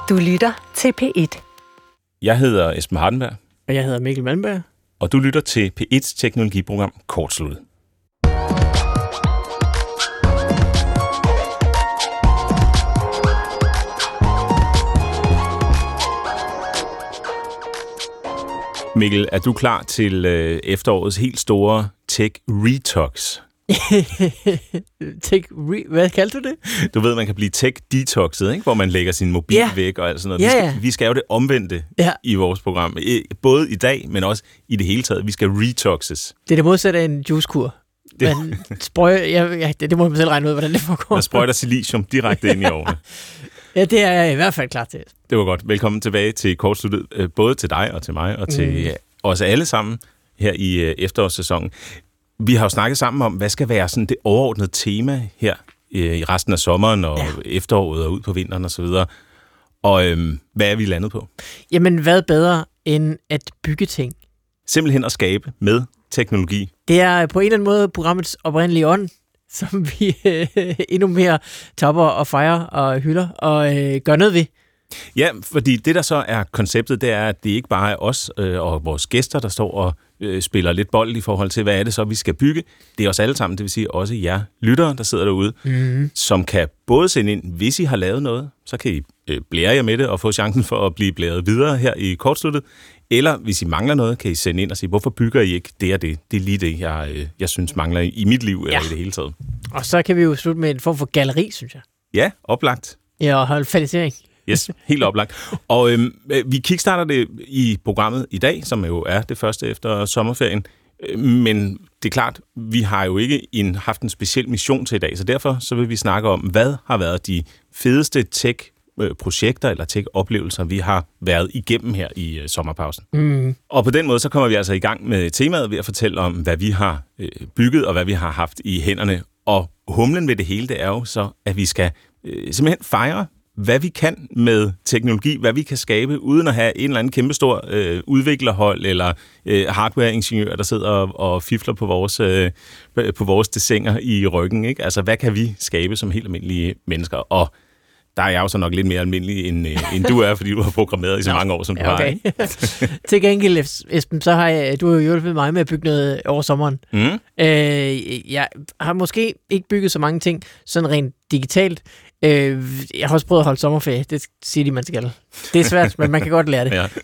Du lytter til P1. Jeg hedder Esben Hardenberg. Og jeg hedder Mikkel Malmberg. Og du lytter til P1's teknologiprogram Kortsluttet. Mikkel, er du klar til efterårets helt store Tech Retox? Hvad kaldte du det? Du ved, man kan blive tech-detoxet, ikke? Hvor man lægger sin mobil væk og alt sådan noget. Vi skal jo det omvendte i vores program. Både i dag, men også i det hele taget. Vi skal retoxes. Det er det modsatte af en juicekur. Det må man selv regne ud, hvordan det foregår. Man sprøjter silicium direkte ind i årene. Ja, det er jeg i hvert fald klar til. Det var godt. Velkommen tilbage til Kortsluttet, både til dig og til mig, og til os alle sammen her i efterårssæsonen. Vi har jo snakket sammen om, hvad skal være sådan det overordnede tema her i resten af sommeren og efteråret og ud på vinteren osv. Og hvad er vi landet på? Jamen, hvad bedre end at bygge ting? Simpelthen at skabe med teknologi. Det er på en eller anden måde programmets oprindelige ånd, som vi endnu mere topper og fejrer og hylder og gør noget ved. Ja, fordi det, der så er konceptet, det er, at det ikke bare er os og vores gæster, der står og spiller lidt bold i forhold til, hvad er det så, vi skal bygge. Det er os alle sammen, det vil sige også jer lyttere, der sidder derude, som kan både sende ind, hvis I har lavet noget, så kan I blære jer med det og få chancen for at blive blæret videre her i Kortsluttet. Eller hvis I mangler noget, kan I sende ind og sige, hvorfor bygger I ikke det og det? Det er lige det, jeg synes mangler i mit liv eller i det hele taget. Og så kan vi jo slutte med en form for galleri, synes jeg. Ja, oplagt. Ja, og holde falisering. Yes, helt oplagt. Og vi kickstarter det i programmet i dag, som jo er det første efter sommerferien. Men det er klart, vi har jo ikke haft en speciel mission til i dag, så derfor så vil vi snakke om, hvad har været de fedeste tech-projekter eller tech-oplevelser, vi har været igennem her i sommerpausen. Og på den måde, så kommer vi altså i gang med temaet ved at fortælle om, hvad vi har bygget og hvad vi har haft i hænderne. Og humlen ved det hele, det er jo så, at vi skal simpelthen fejre, hvad vi kan med teknologi, hvad vi kan skabe, uden at have en eller anden kæmpestor udviklerhold eller hardware-ingeniør, der sidder og fifler på vores desinger i ryggen. Ikke? Altså, hvad kan vi skabe som helt almindelige mennesker? Og der er jeg jo så nok lidt mere almindelig, end du er, fordi du har programmeret i så mange år, som du har. Til gengæld, Esben, så har du jo hjulpet mig med at bygge noget over sommeren. Jeg har måske ikke bygget så mange ting, sådan rent digitalt. Jeg har også prøvet at holde sommerferie. Det siger de, man skal. Det er svært, men man kan godt lære det.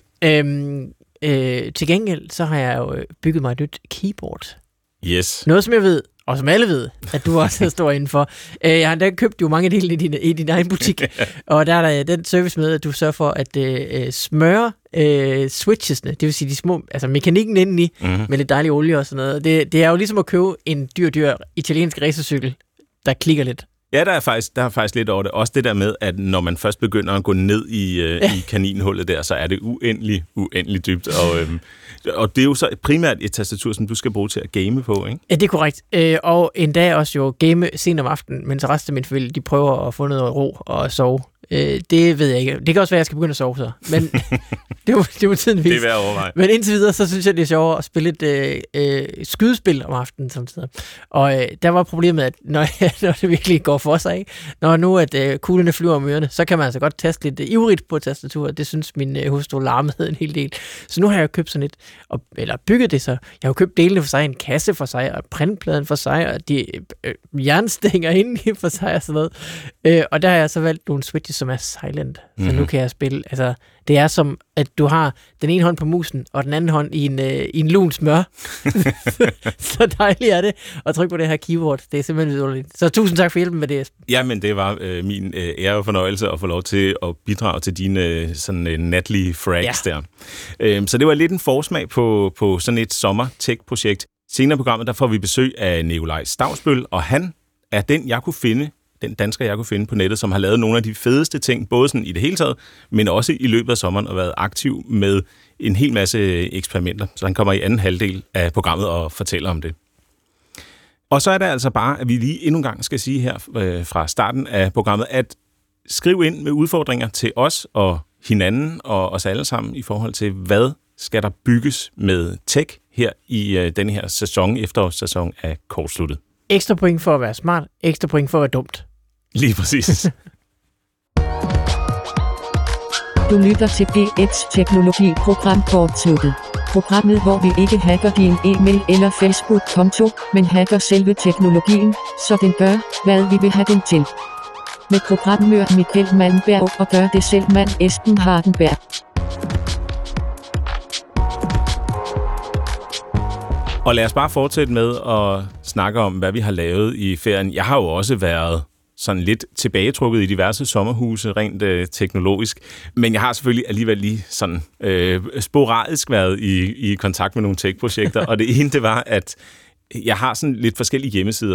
Ja. Til gengæld, så har jeg jo bygget mig et nyt keyboard. Yes. Noget, som jeg ved, og som alle ved, at du også står indenfor. Jeg har endda købt jo mange dele i din egen butik, og der er der den service med, at du sørger for at smøre switchesne, det vil sige de små, altså mekanikken indeni, med lidt dejlig olie og sådan noget. Det er jo ligesom at købe en dyr italiensk racercykel, der klikker lidt. Ja, der er faktisk lidt over det. Også det der med, at når man først begynder at gå ned i kaninhullet der, så er det uendelig dybt. Og det er jo så primært et tastatur, som du skal bruge til at game på, ikke? Ja, det er korrekt. Og endda også jo game sent om aftenen, mens resten af min familie, de prøver at få noget ro og sove. Det ved jeg ikke. Det kan også være, at jeg skal begynde at sove så. Men det var tiden vist. Det er værd at overveje. Men indtil videre, så synes jeg, det er sjovere at spille et skydespil om aftenen samtidig. Og der var problemet, at når det virkelig går for sig, ikke? Når nu at kuglerne flyver om ørerne, så kan man altså godt taste lidt ivrigt på tastaturet. Det synes min hustru larmede en hel del. Så nu har jeg købt sådan et, eller bygget det så. Jeg har jo købt delene for sig, en kasse for sig, og printpladen for sig, og de jernstænger inde for sig og sådan noget. Og der har jeg så valgt nogle switches, som er silent. Så nu kan jeg spille, altså det er som, at du har den ene hånd på musen, og den anden hånd i en lun smør. Så dejligt er det at trykke på det her keyboard. Det er simpelthen vidunderligt. Så tusind tak for hjælpen med det, Esben. Jamen, det var min ære og fornøjelse at få lov til at bidrage til dine sådan natlige frags der. Så det var lidt en forsmag på sådan et sommer-tech-projekt. Senere i programmet, der får vi besøg af Nikolaj Stavsbøl, og han er den dansker, jeg kunne finde på nettet, som har lavet nogle af de fedeste ting, både sådan i det hele taget, men også i løbet af sommeren, og været aktiv med en hel masse eksperimenter. Så han kommer i anden halvdel af programmet og fortæller om det. Og så er det altså bare, at vi lige endnu en gang skal sige her fra starten af programmet, at skriv ind med udfordringer til os og hinanden og os alle sammen i forhold til, hvad skal der bygges med tech her i denne her efterårssæson af Kortsluttet. Ekstra point for at være smart, ekstra point for at være dumt. Lige præcis. Du lytter til B1's teknologi-program Kortsluttet. Programmet, hvor vi ikke hacker din e-mail eller Facebook-konto, men hacker selve teknologien, så den gør, hvad vi vil have den til. Med programmør Michael Malmberg og gør det selv mand Esben Hardenberg. Og lad os bare fortsætte med at snakke om, hvad vi har lavet i ferien. Jeg har jo også været sådan lidt tilbagetrukket i diverse sommerhuse, rent teknologisk. Men jeg har selvfølgelig alligevel lige sådan sporadisk været i kontakt med nogle tech-projekter. Og det ene, det var, at jeg har sådan lidt forskellige hjemmesider,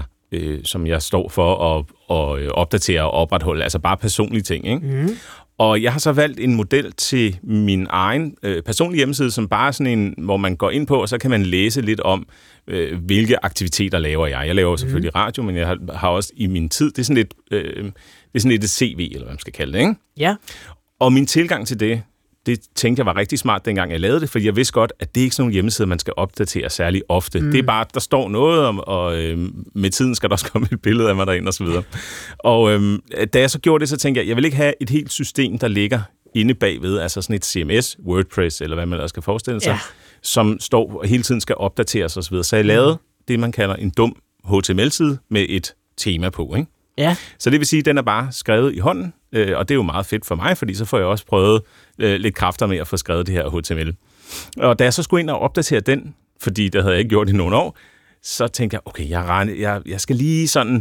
som jeg står for at opdatere og opretholde. Altså bare personlige ting, ikke? Mm. Og jeg har så valgt en model til min egen personlige hjemmeside, som bare er sådan en, hvor man går ind på, og så kan man læse lidt om, hvilke aktiviteter laver jeg. Jeg laver selvfølgelig radio, men jeg har også i min tid, det er sådan lidt et CV, eller hvad man skal kalde det, ikke? Ja. Og min tilgang til det tænkte jeg var rigtig smart, dengang jeg lavede det, fordi jeg vidste godt, at det ikke er sådan nogle hjemmesider, man skal opdatere særlig ofte. Det er bare, der står noget om, og med tiden skal der også komme et billede af mig derinde, og så videre. Og da jeg så gjorde det, så tænkte jeg vil ikke have et helt system, der ligger inde bagved, altså sådan et CMS, WordPress, eller hvad man ellers skal forestille sig, som står hele tiden skal opdateres og så videre. Så jeg lavede det, man kalder en dum HTML-side med et tema på, ikke? Ja. Så det vil sige, at den er bare skrevet i hånden, og det er jo meget fedt for mig, fordi så får jeg også prøvet lidt kræfter med at få skrevet det her HTML. Og da jeg så skulle ind og opdatere den, fordi det havde jeg ikke gjort i nogle år, så tænkte jeg, okay, jeg skal lige sådan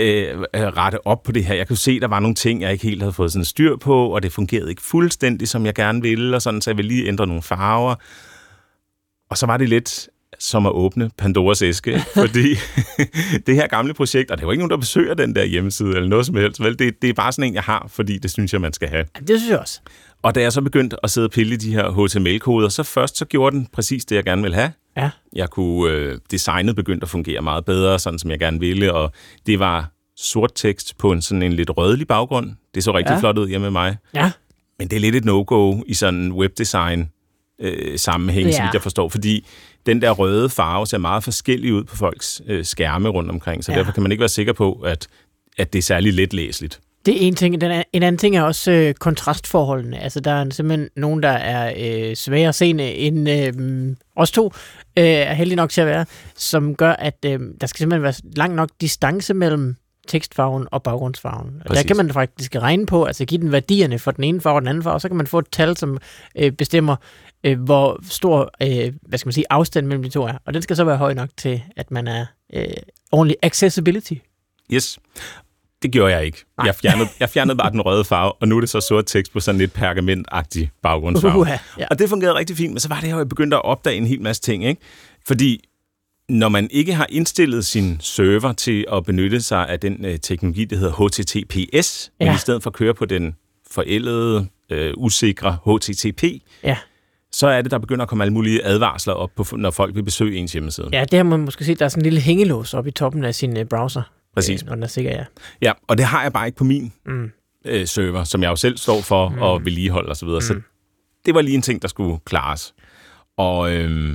rette op på det her. Jeg kunne se, at der var nogle ting, jeg ikke helt havde fået sådan styr på, og det fungerede ikke fuldstændig, som jeg gerne ville, og sådan, så jeg ville lige ændre nogle farver. Og så var det lidt som at åbne Pandoras æske, fordi det her gamle projekt, og det er jo ikke nogen, der besøger den der hjemmeside eller noget som helst, vel? Det er bare sådan en, jeg har, fordi det synes jeg, man skal have. Det synes jeg også. Og da jeg så begyndte at sidde og pille i de her HTML-koder, så gjorde den præcis det, jeg gerne ville have. Ja. Jeg kunne designet begyndte at fungere meget bedre, sådan som jeg gerne ville, og det var sort tekst på sådan en lidt rødlig baggrund. Det så rigtig flot ud hjemme med mig. Ja. Men det er lidt et no-go i sådan en webdesign sammenhæng, så vidt jeg forstår, fordi den der røde farve ser meget forskellig ud på folks skærme rundt omkring, så derfor kan man ikke være sikker på, at det er særlig let læseligt. Det er en ting. En anden ting er også kontrastforholdene. Altså, der er simpelthen nogen, der er svagere at se end os to, er heldig nok til at være, som gør, at der skal simpelthen være lang nok distance mellem tekstfarven og baggrundsfarven. Og der kan man faktisk regne på, altså give den værdierne for den ene farve og den anden farve, og så kan man få et tal, som bestemmer, hvor stor afstand mellem de to er. Og den skal så være høj nok til, at man er ordentlig accessibility. Yes. Det gjorde jeg ikke. Jeg fjernede bare den røde farve, og nu er det så sort tekst på sådan lidt pergamentagtig baggrundsfarve. Ja. Og det fungerede rigtig fint, men så var det jo, jeg begyndte at opdage en hel masse ting, ikke? Fordi når man ikke har indstillet sin server til at benytte sig af den teknologi, der hedder HTTPS, men i stedet for at køre på den forældede, usikre HTTP, så er det, der begynder at komme alle mulige advarsler op, når folk vil besøge ens hjemmeside. Ja, det har man måske set, der er sådan en lille hængelås oppe i toppen af sin browser. Præcis. Når den er sikker, Ja, og det har jeg bare ikke på min server, som jeg jo selv står for og vedligeholde osv. Så det var lige en ting, der skulle klares. Og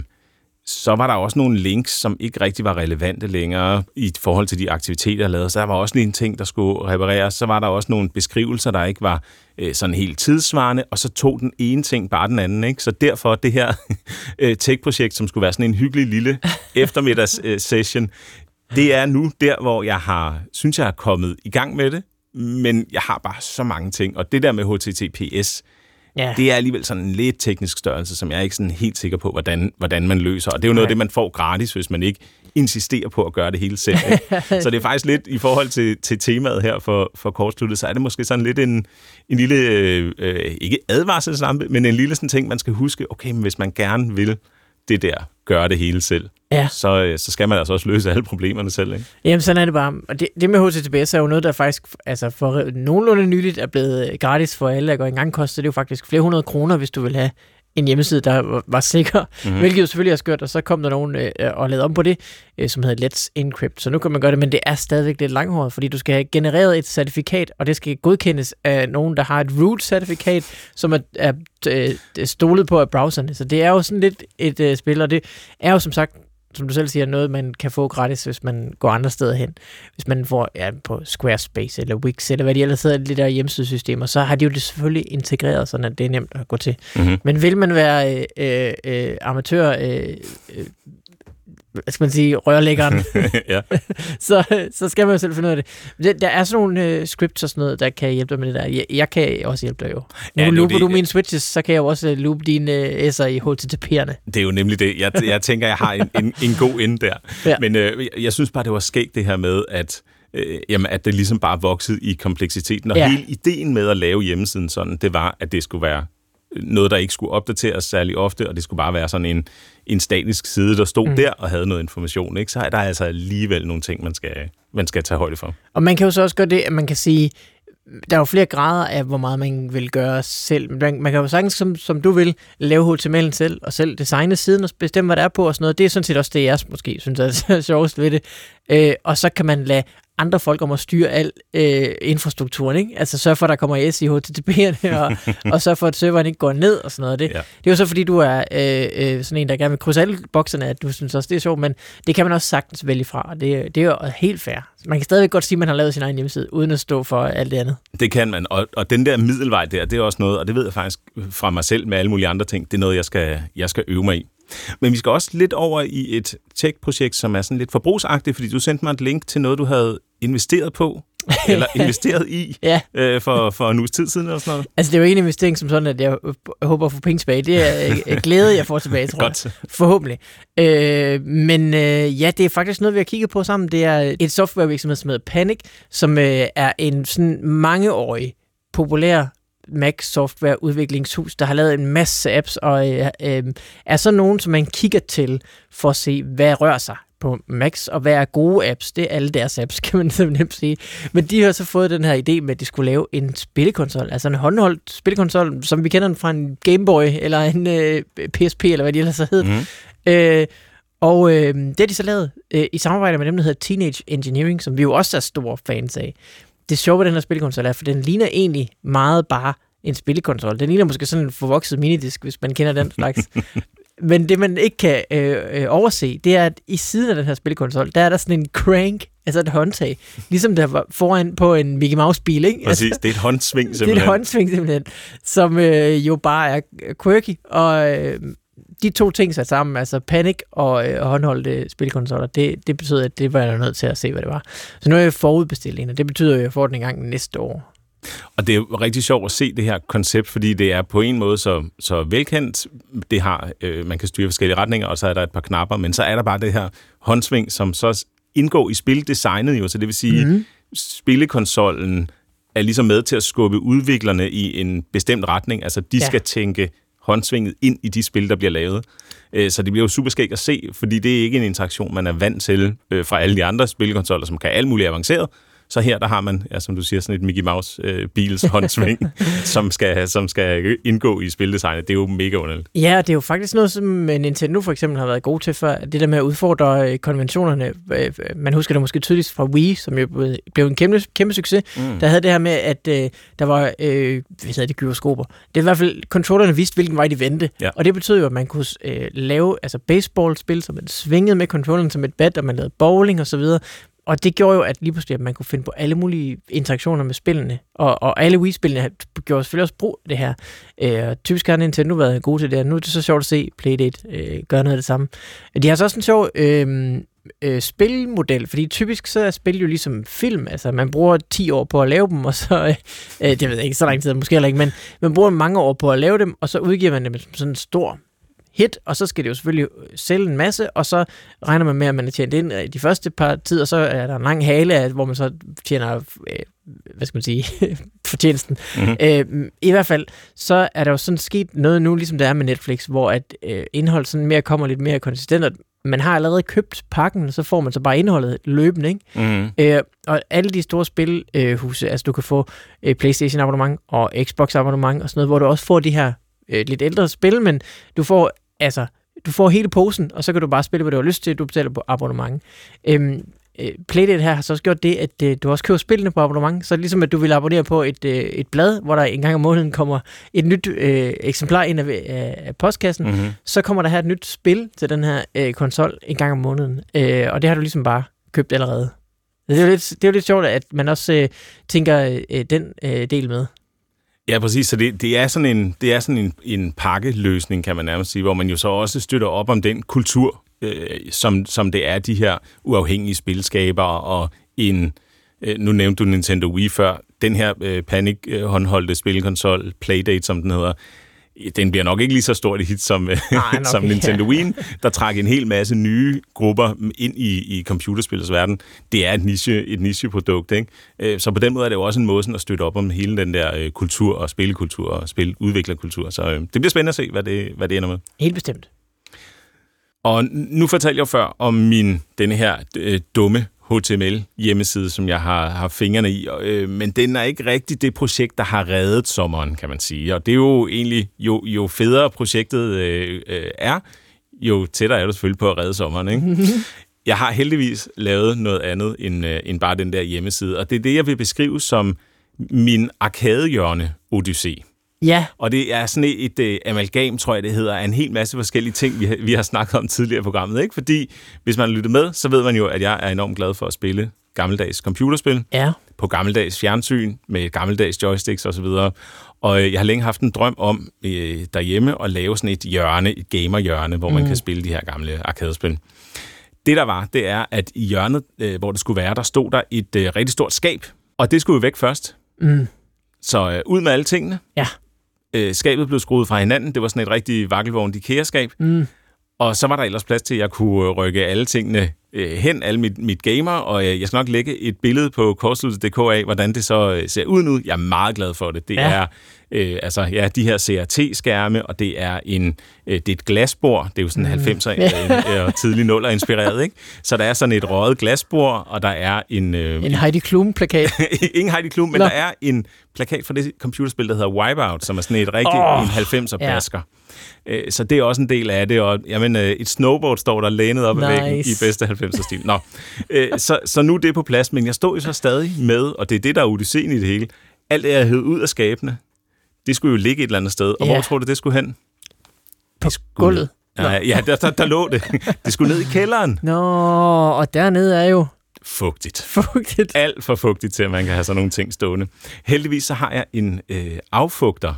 så var der også nogle links, som ikke rigtig var relevante længere i forhold til de aktiviteter, jeg lavede. Så der var også lige en ting, der skulle repareres. Så var der også nogle beskrivelser, der ikke var sådan helt tidssvarende, og så tog den ene ting bare den anden, ikke? Så derfor det her tech-projekt, som skulle være sådan en hyggelig lille eftermiddagssession, det er nu der, hvor jeg synes, jeg er kommet i gang med det, men jeg har bare så mange ting, og det der med HTTPS, det er alligevel sådan en lidt teknisk størrelse, som jeg er ikke sådan helt sikker på, hvordan man løser. Og det er jo noget af det, man får gratis, hvis man ikke insisterer på at gøre det hele selv. Så det er faktisk lidt i forhold til temaet her for kortsluttet, så er det måske sådan lidt en lille, ikke advarselslampe, men en lille sådan ting, man skal huske, okay, men hvis man gerne vil det der, gøre det hele selv, så skal man altså også løse alle problemerne selv, ikke? Jamen, sådan er det bare. Og det med HTTPS er jo noget, der faktisk for nogenlunde nyligt er blevet gratis for alle, og engang koster det jo faktisk flere 100 kroner, hvis du vil have en hjemmeside, der var sikker, hvilket jo selvfølgelig er skørt, og så kom der nogen og lavede om på det, som hedder Let's Encrypt. Så nu kan man gøre det, men det er stadigvæk lidt langhåret, fordi du skal have genereret et certifikat, og det skal godkendes af nogen, der har et root-certifikat, som er stolet på af browserne. Så det er jo sådan lidt et spil, og det er jo som sagt som du selv siger, noget, man kan få gratis, hvis man går andre steder hen. Hvis man får på Squarespace eller Wix, eller hvad de ellers hedder, det der hjemmesidesystemer, så har de jo det selvfølgelig integreret, sådan at det er nemt at gå til. Mm-hmm. Men vil man være amatør, hvad skal man sige, rørlæggeren, så skal man jo selv finde ud af det. Der er sådan nogle scripts og sådan noget, der kan hjælpe dig med det der. Jeg kan også hjælpe dig jo. Nu looper du mine switches, så kan jeg jo også loop dine S'er i HTTP'erne. Det er jo nemlig det. Jeg tænker, jeg har en god ende der. Ja. Men jeg synes bare, det var skægt det her med, at det ligesom bare voksede i kompleksiteten. Og hele ideen med at lave hjemmesiden sådan, det var, at det skulle være noget, der ikke skulle opdateres særlig ofte, og det skulle bare være sådan en statisk side, der stod der og havde noget information. Ikke? Så er der altså alligevel nogle ting, man skal tage højde for. Og man kan jo så også gøre det, at man kan sige, der er jo flere grader af, hvor meget man vil gøre selv. Man kan jo sagtens, som du vil, lave HTML'en selv, og selv designe siden og bestemme, hvad der er på og sådan noget. Det er sådan set også det, jeg måske synes er sjovest ved det. Og så kan man lade andre folk om at styre al infrastrukturen, ikke? Altså sørge for, at der kommer S i HTTP'erne, og sørge for, at serveren ikke går ned og sådan noget. Det er jo så, fordi du er sådan en, der gerne vil krydse alle bokserne, at du synes også, det er sjovt, men det kan man også sagtens vælge fra, og det er jo helt fair. Man kan stadigvæk godt sige, at man har lavet sin egen hjemmeside, uden at stå for alt det andet. Det kan man, og den der middelvej der, det er også noget, og det ved jeg faktisk fra mig selv med alle mulige andre ting, det er noget, jeg skal øve mig i. Men vi skal også lidt over i et tech-projekt, som er sådan lidt forbrugsagtigt, fordi du sendte mig et link til noget, du havde investeret på, eller investeret i, for en uges tid siden eller sådan noget. Altså, det er jo ikke en investering som sådan, at jeg håber at få penge tilbage. Det er glæde, jeg får tilbage, tror jeg. Forhåbentlig. Men det er faktisk noget, vi har kigget på sammen. Det er et softwarevirksomhed, som hedder Panic, som er en sådan mangeårig populær Mac-software-udviklingshus, der har lavet en masse apps, og er så nogen, som man kigger til for at se, hvad rører sig på Macs, og hvad er gode apps. Det er alle deres apps, kan man nemt sige. Men de har så fået den her idé med, at de skulle lave en spillekonsol, altså en håndholdt spillekonsol, som vi kender den fra en Game Boy, eller en PSP, eller hvad de ellers hed. Det har de så lavet i samarbejde med dem, der hedder Teenage Engineering, som vi jo også er store fans af. Det sjove ved den her spillekonsol er, for den ligner egentlig meget bare en spillekonsol. Den ligner måske sådan en forvokset minidisk, hvis man kender den slags. Men det, man ikke kan overse, det er, at i siden af den her spillekonsol, der er der sådan en crank, altså et håndtag, ligesom der var foran på en Mickey Mouse-bil, ikke? Præcis, det er et håndsving simpelthen. Det er et håndsving simpelthen, som jo bare er quirky, og de to ting sat sammen, altså Panic og håndholdte spilkonsoller, det betyder, at det var jeg nødt til at se, hvad det var. Så nu er jeg forudbestilt en, og det betyder, at jeg får den en gang næste år. Og det er jo rigtig sjovt at se det her koncept, fordi det er på en måde så velkendt. Det har, man kan styre forskellige retninger, og så er der et par knapper, men så er der bare det her håndsving, som så indgår i spildesignet jo, så det vil sige, spillekonsollen er ligesom med til at skubbe udviklerne i en bestemt retning. Altså, de skal tænke håndsvinget ind i de spil, der bliver lavet. Så det bliver jo super skægt at se, fordi det er ikke en interaktion, man er vant til fra alle de andre spilkonsoller, som kan alt muligt avanceret. Så her, der har man, som du siger, sådan et Mickey Mouse-bils håndsving, som skal indgå i spildesignet. Det er jo mega underligt. Ja, det er jo faktisk noget, som Nintendo for eksempel har været god til før. Det der med at udfordre konventionerne. Man husker det måske tydeligt fra Wii, som jo blev en kæmpe succes. Der havde det her med, at der var, gyroskoper. Det er i hvert fald, controllerne vidste, hvilken vej de vendte. Ja. Og det betød jo, at man kunne lave baseballspil, som man svingede med controlleren som et bat, og man lavede bowling og så videre. Og det gjorde jo, at lige pludselig, at man kunne finde på alle mulige interaktioner med spillene. Og alle Wii-spillene gjorde selvfølgelig også brug af det her. Typisk har Nintendo været gode til det her. Nu er det så sjovt at se Playdate gøre noget af det samme. De har så også en sjov spilmodel, fordi typisk så er spil jo ligesom film. Altså, man bruger 10 år på at lave dem, og så, det ved jeg ikke, så lang tid måske heller ikke, men man bruger mange år på at lave dem, og så udgiver man dem som sådan en stor hit, og så skal det jo selvfølgelig sælge en masse, og så regner man med, at man har tjent ind de første par tid, og så er der en lang hale, hvor man så tjener, fortjenesten. I hvert fald, så er der jo sådan sket noget nu, ligesom det er med Netflix, hvor at indhold sådan mere kommer lidt mere konsistent, og man har allerede købt pakken, og så får man så bare indholdet løbende, ikke? Og alle de store spilhuse, altså du kan få PlayStation abonnement og Xbox abonnement og sådan noget, hvor du også får de her lidt ældre spil, men du får hele posen, og så kan du bare spille, hvad du har lyst til, du betaler på abonnement. Playdate her har så også gjort det, at du også køber spillene på abonnement, så ligesom at du vil abonnere på et blad, hvor der en gang om måneden kommer et nyt eksemplar ind af postkassen, så kommer der her et nyt spil til den her konsol en gang om måneden, og det har du ligesom bare købt allerede. Det er jo lidt sjovt, at man også tænker den del med. Ja, præcis. Så det er sådan en pakkeløsning, kan man nærmest sige, hvor man jo så også støtter op om den kultur, som det er de her uafhængige spilskabere og nu nævnte du Nintendo Wii før, den her Panic-håndholdte spilkonsol, Playdate, som den hedder, den bliver nok ikke lige så stort et hit som Nintendo Wii, der trækker en hel masse nye grupper ind i computerspillets verden. Det er et nicheprodukt, ikke? Så på den måde er det jo også en måde sådan at støtte op om hele den der kultur og spilkultur og spiludviklerkultur. Så det bliver spændende at se, hvad det ender med. Helt bestemt. Og nu fortalte jeg før om denne her dumme HTML-hjemmeside, som jeg har fingrene i, men den er ikke rigtig det projekt, der har reddet sommeren, kan man sige. Og det er jo egentlig, jo federe projektet er, jo tættere er du selvfølgelig på at redde sommeren, ikke? Jeg har heldigvis lavet noget andet end bare den der hjemmeside, og det er det, jeg vil beskrive som min arkadehjørne-odyssé. Ja. Og det er sådan et amalgam, tror jeg, det hedder, af en hel masse forskellige ting, vi har snakket om tidligere i programmet, ikke? Fordi hvis man lytter med, så ved man jo, at jeg er enormt glad for at spille gammeldags computerspil. Ja. På gammeldags fjernsyn, med gammeldags joysticks osv. Og jeg har længe haft en drøm om derhjemme at lave sådan et hjørne, et gamerhjørne, hvor man kan spille de her gamle arkadespil. Det er, at i hjørnet, hvor det skulle være, der stod der et rigtig stort skab, og det skulle jo væk først. Så ud med alle tingene. Ja. Skabet blev skruet fra hinanden. Det var sådan et rigtig vakkelvogn IKEA-skab. Og så var der ellers plads til, at jeg kunne rykke alle tingene hen, alle mit gamer, og jeg skal nok lægge et billede på kortsluttet.dk af, hvordan det så ser ud nu. Jeg er meget glad for det. Det er de her CRT-skærme, og det er et glasbord. Det er jo sådan 90'er og tidlig 0'er inspireret, ikke? Så der er sådan et røget glasbord, og der er en Heidi Klum-plakat. Ingen Heidi Klum, men der er en plakat for det computerspil, der hedder Wipeout, som er sådan et rigtig en 90'er-basker. Så det er også en del af det, og et snowboard står der lænet op ad væggen i bedste 90'er-stil. Nå, så nu er det på plads, men jeg står jo så stadig med, og det er det, der er odysséen i det hele. Alt det, jeg hed ud af skabene, det skulle jo ligge et eller andet sted. Og hvor tror du, det skulle hen? På gulvet? Ja, der lå det. Det skulle ned i kælderen. Nå, og dernede er jo fugtigt. Alt for fugtigt til, at man kan have sådan nogle ting stående. Heldigvis så har jeg en affugter.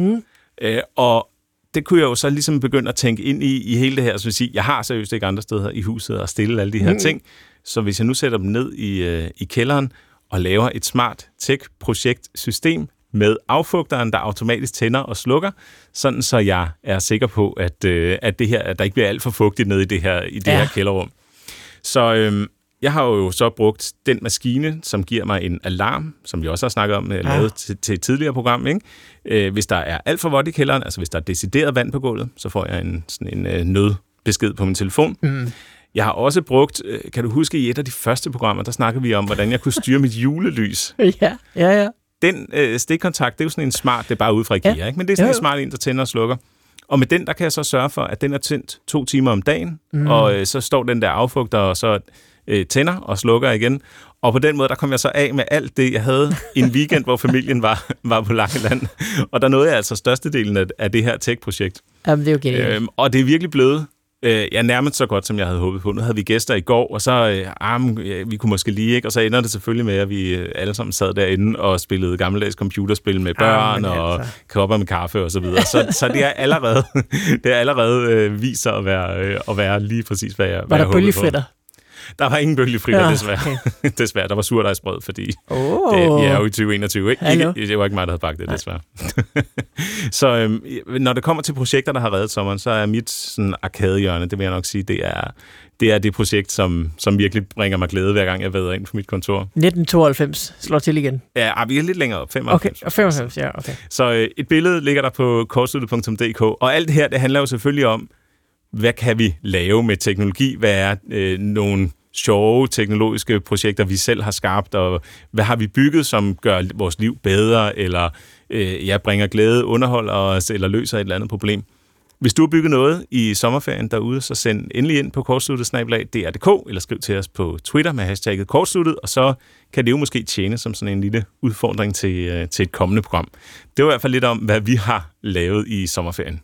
Og det kunne jeg jo så ligesom begynde at tænke ind i hele det her. Så vil sige, jeg har seriøst ikke andre steder i huset at stille alle de her ting. Så hvis jeg nu sætter dem ned i kælderen og laver et smart tech-projektsystem med affugteren, der automatisk tænder og slukker, sådan så jeg er sikker på, at det her, at der ikke bliver alt for fugtigt nede i det her kælderrum. Så jeg har jo så brugt den maskine, som giver mig en alarm, som vi også har snakket om, lavet til et tidligere program, ikke? Hvis der er alt for vådt i kælderen, altså hvis der er decideret vand på gulvet, så får jeg en nødbesked på min telefon. Jeg har også brugt, kan du huske, i et af de første programmer, der snakkede vi om, hvordan jeg kunne styre mit julelys. Ja. Den stikkontakt, det er jo sådan en smart, det er bare ude fra IKEA, ikke? Men det er sådan en smart en, der tænder og slukker. Og med den, der kan jeg så sørge for, at den er tændt 2 timer om dagen, og så står den der affugter og så tænder og slukker igen. Og på den måde, der kom jeg så af med alt det, jeg havde en weekend, hvor familien var på Langeland. Og der nåede jeg altså størstedelen af det her tech-projekt. Jamen, det er jo genialt. Og det er virkelig blevet nærmest så godt, som jeg havde håbet på. Nu havde vi gæster i går, og så vi kunne måske lige, ikke? Og så ender det selvfølgelig med, at vi alle sammen sad derinde og spillede gammeldags computerspil med børn og kopper med kaffe og så videre. Så det er allerede vist sig at være lige præcis, hvad jeg håbede på. Var der bølgefritter? Der var ingen bølgefritter, desværre. Okay. Desværre, der var surdejsbrød, fordi vi er jo i 2021, ikke? Det var ikke mig, der havde bagt det, desværre. Så når det kommer til projekter, der har reddet sommeren, så er mit sådan arkadehjørne, det vil jeg nok sige, det er det projekt, som virkelig bringer mig glæde, hver gang jeg vader ind på mit kontor. 1992 slår til igen. Ja, vi er lidt længere op, 95. Okay, 95, ja, okay. Så et billede ligger der på kortsluttet.dk, og alt det her, det handler jo selvfølgelig om, hvad kan vi lave med teknologi? Hvad er nogle sjove teknologiske projekter, vi selv har skabt, og hvad har vi bygget, som gør vores liv bedre, eller bringer glæde, underholder os, eller løser et eller andet problem? Hvis du har bygget noget i sommerferien derude, så send endelig ind på kortsluttet@dr.dk, eller skriv til os på Twitter med hashtagget kortsluttet, og så kan det jo måske tjene som sådan en lille udfordring til et kommende program. Det var i hvert fald lidt om, hvad vi har lavet i sommerferien.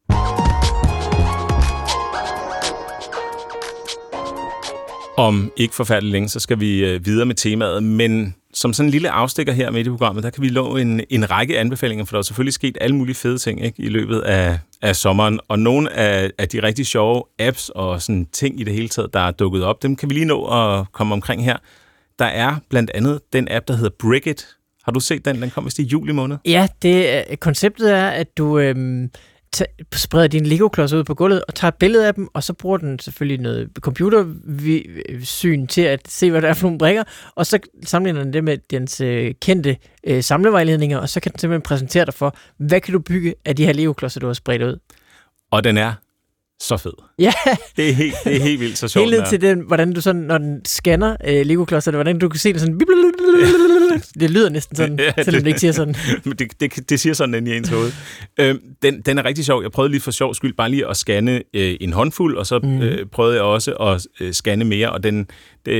Om ikke forfærdeligt længe, så skal vi videre med temaet, men som sådan en lille afstikker her midt i programmet, der kan vi love en række anbefalinger, for der er selvfølgelig sket alle mulige fede ting, ikke, i løbet af sommeren, og nogle af de rigtig sjove apps og sådan ting i det hele taget, der er dukket op, dem kan vi lige nå at komme omkring her. Der er blandt andet den app, der hedder Brickit. Har du set den? Den kom vist i juli måned. Ja, konceptet er, at du spreder dine Lego-klodser ud på gulvet og tager et billede af dem, og så bruger den selvfølgelig noget computersyn til at se, hvad der er for nogle brikker, og så sammenligner den det med dens kendte samlevejledninger, og så kan den simpelthen præsentere dig for, hvad kan du bygge af de her Lego-klodser, du har spredt ud. Og den er så fed. Ja. Det er helt vildt så sjovt. Helt til den, hvordan du sådan, når den scanner Lego-klodserne, hvordan du kan se det sådan. Det lyder næsten sådan, selvom det ikke siger sådan. Det siger sådan inde i ens hoved. Den er rigtig sjov. Jeg prøvede lige for sjov skyld bare lige at scanne en håndfuld, og så prøvede jeg også at scanne mere, og den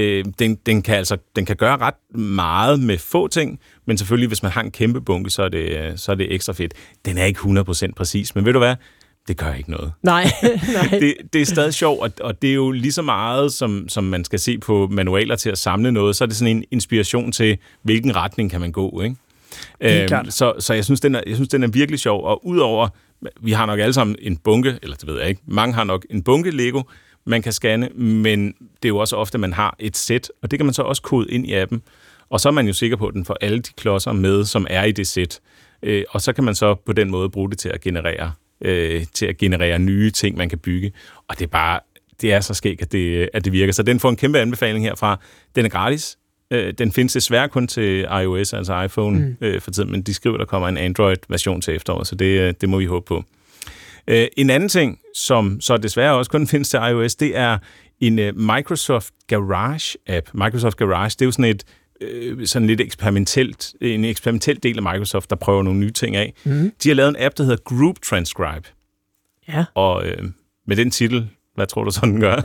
kan gøre ret meget med få ting, men selvfølgelig, hvis man har en kæmpe bunke, så er det ekstra fedt. Den er ikke 100% præcis, men ved du hvad? Det gør ikke noget. Nej. Det er stadig sjovt, og det er jo lige så meget, som man skal se på manualer til at samle noget, så er det sådan en inspiration til, hvilken retning kan man gå, ikke? Så jeg synes, den er virkelig sjov, og udover, vi har nok alle sammen en bunke, eller det ved jeg ikke, mange har nok en bunke Lego, man kan scanne, men det er jo også ofte, man har et sæt, og det kan man så også kode ind i appen, og så er man jo sikker på, at den får alle de klodser med, som er i det sæt, og så kan man så på den måde bruge det til at generere nye ting, man kan bygge. Og det er så skægt, at det virker. Så den får en kæmpe anbefaling herfra. Den er gratis. Den findes desværre kun til iOS, altså iPhone for tiden, men de skriver, der kommer en Android-version til efteråret, så det må vi håbe på. En anden ting, som så desværre også kun findes til iOS, det er en Microsoft Garage-app. Microsoft Garage, det er jo sådan lidt en eksperimentel del af Microsoft, der prøver nogle nye ting af. De har lavet en app, der hedder Group Transcribe. Ja. Og med den titel, hvad tror du så, den gør?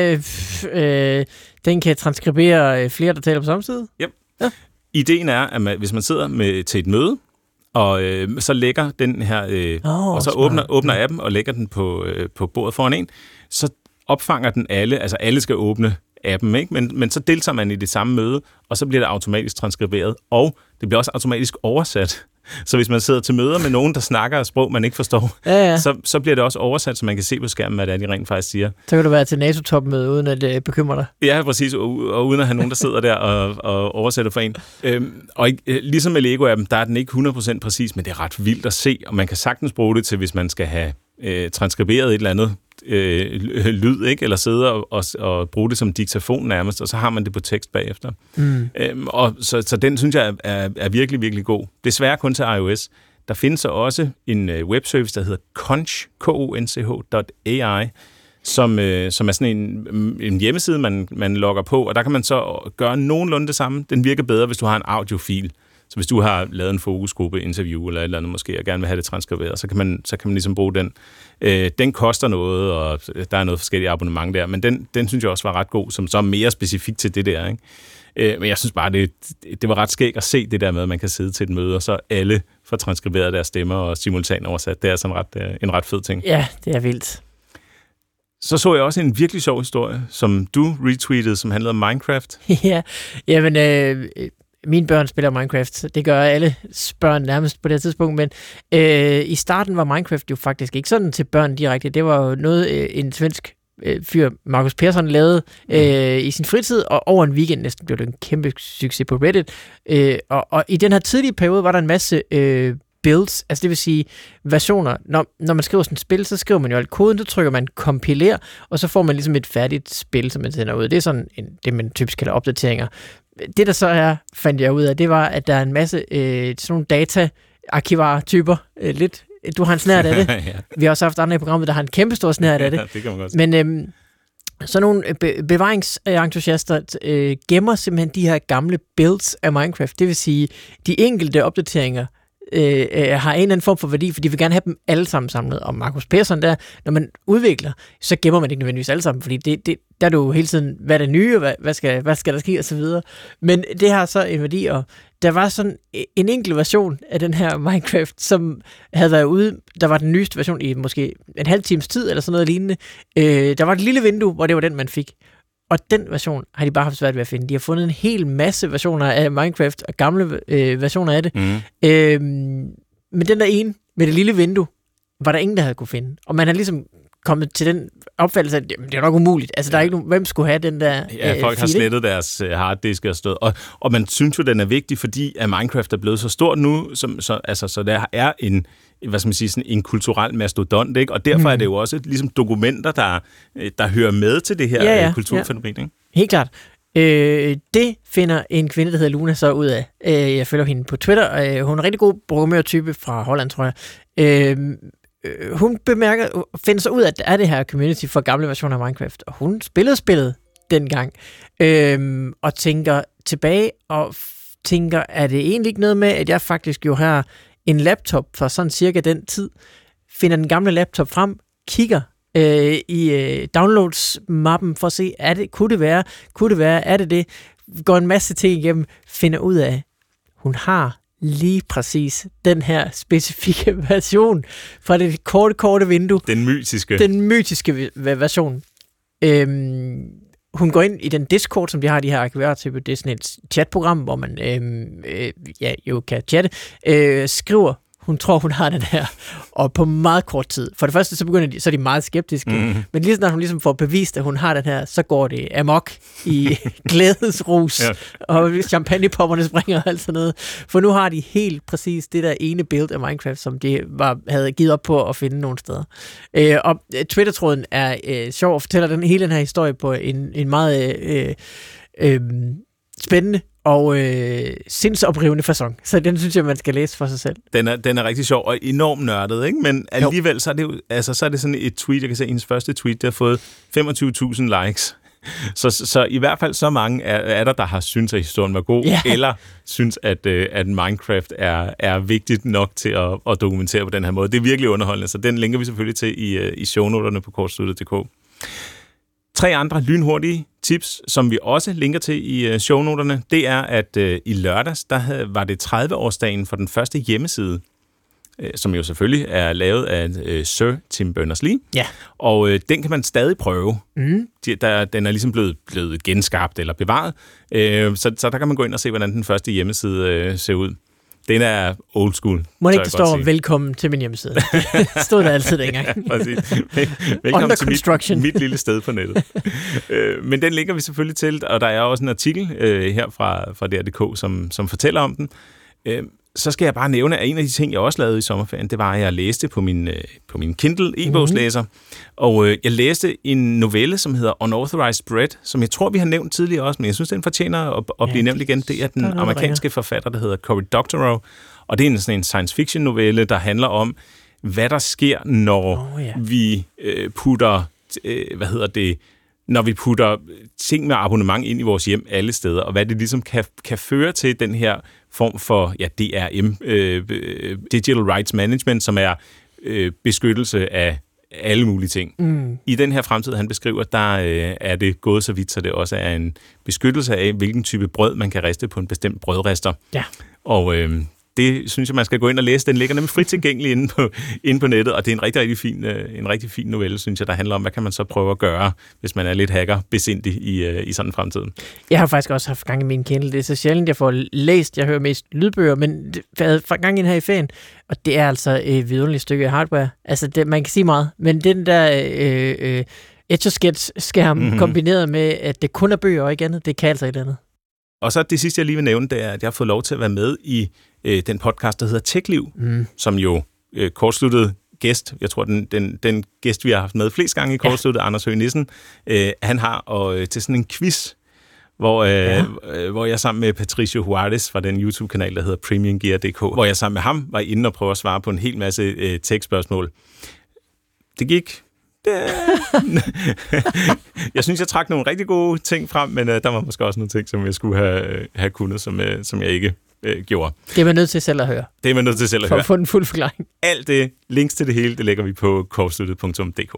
Den kan transkribere flere, der taler på samme side? Yep. Ja. Ideen er, at hvis man sidder til et møde, og så lægger den her, og så åbner appen og lægger den på bordet foran en, så opfanger den alle, altså alle skal åbne appen, ikke? Men så deltager man i det samme møde, og så bliver det automatisk transkriberet, og det bliver også automatisk oversat. Så hvis man sidder til møder med nogen, der snakker et sprog, man ikke forstår, så bliver det også oversat, så man kan se på skærmen, hvad det er, de rent faktisk siger. Så kan du være til NATO-topmøde, uden at det bekymrer dig. Ja, præcis, og uden at have nogen, der sidder der og oversætter for en. Og ligesom med Lego-appen, der er den ikke 100% præcis, men det er ret vildt at se, og man kan sagtens bruge det til, hvis man skal have transkriberet et eller andet lyd, ikke? Eller sidde og bruge det som diktafon nærmest, og så har man det på tekst bagefter. Og så den synes jeg er virkelig, virkelig god. Desværre kun til iOS. Der findes så også en webservice, der hedder Conch, konch.ai, som er sådan en hjemmeside, man logger på, og der kan man så gøre nogenlunde det samme. Den virker bedre, hvis du har en audiofil. Så hvis du har lavet en fokusgruppe interview eller et eller andet måske, og gerne vil have det transkriberet, så kan man ligesom bruge den. Den koster noget, og der er noget forskellige abonnement der, men den synes jeg også var ret god, som så er mere specifikt til det der, ikke? Men jeg synes bare, det var ret skægt at se det der med, at man kan sidde til et møde, og så alle får transkriberet deres stemmer og simultan oversat. Det er sådan en ret fed ting. Ja, det er vildt. Så jeg også en virkelig sjov historie, som du retweetede, som handlede om Minecraft. Ja, jamen mine børn spiller Minecraft. Det gør alle børn nærmest på det tidspunkt, men i starten var Minecraft jo faktisk ikke sådan til børn direkte. Det var jo noget, en svensk fyr, Markus Persson, lavede i sin fritid, og over en weekend næsten blev det en kæmpe succes på Reddit. Og i den her tidlige periode var der en masse builds, altså det vil sige versioner. Når man skriver sådan et spil, så skriver man jo alt koden, så trykker man compiler, og så får man ligesom et færdigt spil, som man sender ud. Det er sådan det, man typisk kalder opdateringer. Det, der så fandt jeg ud af, det var, at der er en masse sådan nogle data-arkivar-typer. Lidt. Du har en snært af det. Ja. Vi har også haft andre i programmet, der har en kæmpe stor snært af det. Ja, det kan man godt. Men sådan nogle bevaringsentusiaster gemmer simpelthen de her gamle builds af Minecraft. Det vil sige, de enkelte opdateringer har en eller anden form for værdi, for de vil gerne have dem alle sammen samlet. Og Markus Persson der, når man udvikler, så gemmer man ikke nødvendigvis alle sammen, fordi der er du jo hele tiden, hvad er det nye, hvad skal der ske, og så videre. Men det har så en værdi, og der var sådan en enkelt version af den her Minecraft, som havde været ude. Der var den nyeste version i måske en halv times tid, eller sådan noget lignende. Der var et lille vindue, hvor det var den, man fik. Og den version har de bare haft svært ved at finde. De har fundet en hel masse versioner af Minecraft, og gamle versioner af det. Men den der ene, med det lille vindue, var der ingen, der havde kunne finde. Og man har ligesom kommet til den opfattelse, at det er nok umuligt. Altså, der er ikke nogen, hvem skulle have den der Ja, folk har slettet deres harddisk og stået. Og man synes jo, den er vigtig, fordi at Minecraft er blevet så stort nu, så der er en, hvad skal man sige, sådan en kulturel mastodont, ikke? Og derfor er det jo også ligesom dokumenter, der hører med til det her kulturfænomen, ikke? Helt klart. Det finder en kvinde, der hedder Luna, så ud af. Jeg følger hende på Twitter. Hun er en rigtig god programmørtype fra Holland, tror jeg. Hun finder så ud af, at der er det her community for gamle versioner af Minecraft, og hun spillede spillet dengang, og tænker tilbage, og tænker, er det egentlig ikke noget med, at jeg faktisk jo har en laptop fra sådan cirka den tid, finder den gamle laptop frem, kigger i downloads-mappen for at se, kunne det være, er det, går en masse ting igennem, finder ud af, hun har lige præcis den her specifikke version fra det korte vindue. Den mytiske version. Hun går ind i den Discord, som de har, de her arkiveret-type. Det er sådan et chatprogram, hvor man jo kan chatte. Skriver, hun tror, hun har den her, og på meget kort tid. For det første, så er de meget skeptiske, men lige snart hun ligesom får bevist, at hun har den her, så går det amok i glædesrus, og champagnepopperne springer og alt sådan noget. For nu har de helt præcis det der ene build af Minecraft, som de havde givet op på at finde nogle steder. Og Twitter-tråden er sjov og fortæller hele den her historie på en meget spændende og sindsoprivende facon. Så den synes jeg, man skal læse for sig selv. Den er rigtig sjov og enormt nørdet, ikke? Men alligevel så er det jo, så er det sådan et tweet, jeg kan se, hendes første tweet, der har fået 25.000 likes. Så i hvert fald så mange er der har synes, at historien var god, eller synes, at Minecraft er vigtigt nok til at dokumentere på den her måde. Det er virkelig underholdende, så den linker vi selvfølgelig til i shownoterne på kortsluttet.dk. 3 andre lynhurtige tips, som vi også linker til i shownoterne, det er, at i lørdags, var det 30-årsdagen for den første hjemmeside, som jo selvfølgelig er lavet af Sir Tim Berners-Lee. Ja. Og den kan man stadig prøve. Den er ligesom blevet genskabt eller bevaret. Så der kan man gå ind og se, hvordan den første hjemmeside ser ud. Den er old school. Må det ikke stå velkommen til min hjemmeside? Det stod der altid dengang. Præcis. Velkommen til mit lille sted på nettet. Men den linker vi selvfølgelig til, og der er også en artikel her fra DR.dk, som fortæller om den. Så skal jeg bare nævne, at en af de ting, jeg også lavede i sommerferien, det var, at jeg læste på min Kindle e-bogslæser. Og jeg læste en novelle, som hedder Unauthorized Bread, som jeg tror, vi har nævnt tidligere også, men jeg synes, den fortjener at blive nævnt igen. Det er den amerikanske forfatter, der hedder Cory Doctorow. Og det er sådan en science fiction novelle, der handler om, hvad der sker, når vi putter, når vi putter ting med abonnement ind i vores hjem alle steder, og hvad det ligesom kan føre til den her form for DRM, Digital Rights Management, som er beskyttelse af alle mulige ting. I den her fremtid, han beskriver, der er det gået så vidt, så det også er en beskyttelse af, hvilken type brød man kan riste på en bestemt brødrester. Ja. Og det synes jeg, man skal gå ind og læse. Den ligger nemlig frit tilgængelig inde på nettet, og det er en rigtig fin novelle, synes jeg, der handler om, hvad kan man så prøve at gøre, hvis man er lidt hacker-besindig i sådan en fremtid. Jeg har faktisk også haft gang i min Kindle. Det er så sjældent, jeg får læst. Jeg hører mest lydbøger, men jeg havde gang i den her i ferien, og det er altså et vidunderligt stykke hardware. Altså, man kan sige meget, men den der Etch-a-Sketch-skærm kombineret med, at det kun er bøger og ikke andet, det kan altså et andet. Og så det sidste, jeg lige vil nævne, det er, at jeg har fået lov til at være med i den podcast, der hedder TechLiv, som jo kortsluttet gæst, jeg tror, den gæst, vi har haft med flest gange i kortsluttet, Anders Høgh Nissen, han har til sådan en quiz, hvor jeg sammen med Patricio Juarez fra den YouTube-kanal, der hedder PremiumGear.dk, hvor jeg sammen med ham var inde og prøve at svare på en hel masse tech-spørgsmål. Det gik... Jeg synes, jeg trak nogle rigtig gode ting frem, men der var måske også nogle ting, som jeg skulle have kunnet, som jeg ikke gjorde. Det er man nødt til selv at høre. Det er man nødt til selv at høre. høre. For at få den fuld forklaring. Alt det, links til det hele, det lægger vi på korpsstøtte.dk.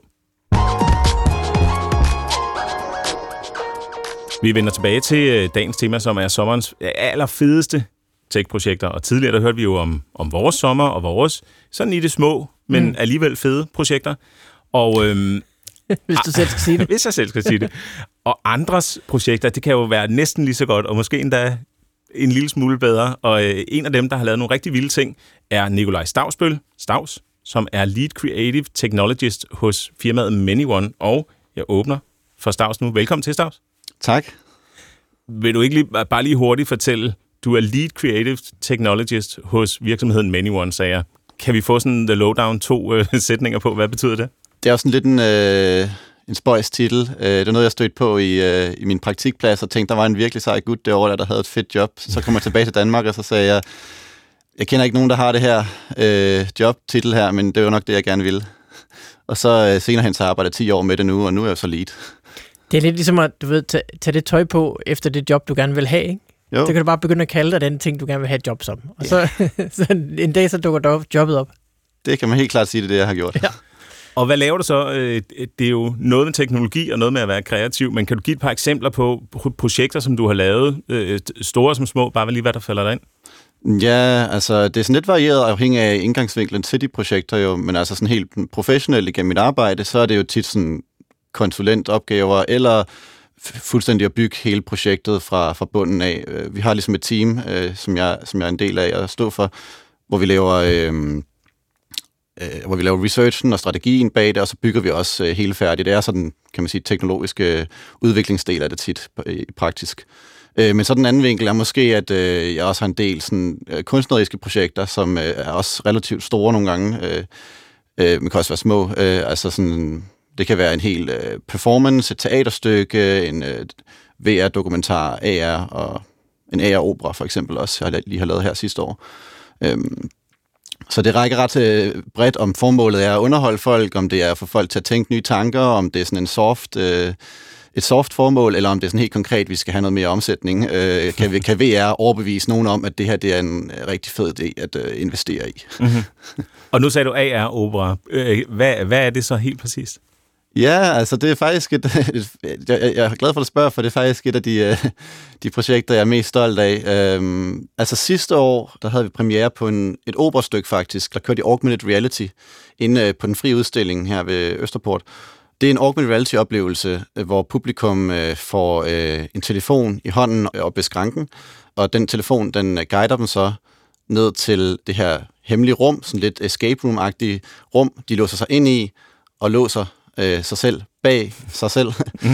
Vi vender tilbage til dagens tema, som er sommerens allerfedeste tech-projekter. Og tidligere der hørte vi jo om vores sommer og vores sådan i det små, men alligevel fede projekter. Og hvis du selv skal sige det. Hvis jeg selv skal sige det. Og andres projekter, det kan jo være næsten lige så godt, og måske endda en lille smule bedre. Og en af dem, der har lavet nogle rigtig vilde ting, er Nikolaj Stavs, som er Lead Creative Technologist hos firmaet ManyOne. Og jeg åbner for Stavs nu. Velkommen til, Stavs. Tak. Vil du ikke bare lige hurtigt fortælle, du er Lead Creative Technologist hos virksomheden ManyOne, sagde jeg. Kan vi få sådan the lowdown 2 sætninger på? Hvad betyder det? Det er også sådan lidt en spøjs titel. Det er noget, jeg stødte på i min praktikplads, og tænkte, der var en virkelig sej gut derovre, der havde et fedt job. Så kom jeg tilbage til Danmark, og så sagde jeg kender ikke nogen, der har det her jobtitel her, men det er jo nok det, jeg gerne vil. Og så senere hen, så arbejder jeg 10 år med det nu, og nu er jeg så lead. Det er lidt ligesom at, du ved, tage det tøj på efter det job, du gerne vil have, ikke? Jo. Så kan du bare begynde at kalde dig den ting, du gerne vil have et job som. Og så en dag, så dukker jobbet op. Det kan man helt klart sige, det er det, jeg har gjort. Ja. Og hvad laver du så? Det er jo noget med teknologi og noget med at være kreativ, men kan du give et par eksempler på projekter, som du har lavet, store som små, bare lige hvad der falder dig ind? Ja, altså det er sådan lidt varieret afhængig af indgangsvinklen til de projekter jo, men altså sådan helt professionelt igennem mit arbejde, så er det jo tit sådan konsulentopgaver, eller fuldstændig at bygge hele projektet fra bunden af. Vi har ligesom et team, som jeg er en del af at stå for, hvor vi laver researchen og strategien bag det, og så bygger vi også hele færdigt. Det er sådan, kan man sige, teknologiske udviklingsdel af det tit praktisk. Men så den anden vinkel er måske, at jeg også har en del sådan, kunstneriske projekter, som er også relativt store nogle gange, men kan også være små. Altså sådan, det kan være en hel performance, et teaterstykke, en VR-dokumentar, AR og en AR-opera for eksempel også, jeg lige har lavet her sidste år. Så det rækker ret bredt, om formålet er at underholde folk, om det er at få folk til at tænke nye tanker, om det er sådan et soft formål, eller om det er sådan helt konkret, vi skal have noget mere omsætning. Kan VR overbevise nogen om, at det her det er en rigtig fed idé at investere i? Mm-hmm. Og nu sagde du AR-opera. Hvad er det så helt præcist? Ja, altså det er faktisk jeg er glad for at spørge, for det er faktisk et af de projekter, jeg er mest stolt af. Altså sidste år, der havde vi premiere på et operastykke faktisk, der kørte i Augmented Reality, inde på den frie udstilling her ved Østerport. Det er en augmented reality-oplevelse, hvor publikum får en telefon i hånden op ved skranken, og den telefon, den guider dem så ned til det her hemmelige rum, sådan lidt escape room-agtige rum, de låser sig ind i og låser sig selv bag sig selv.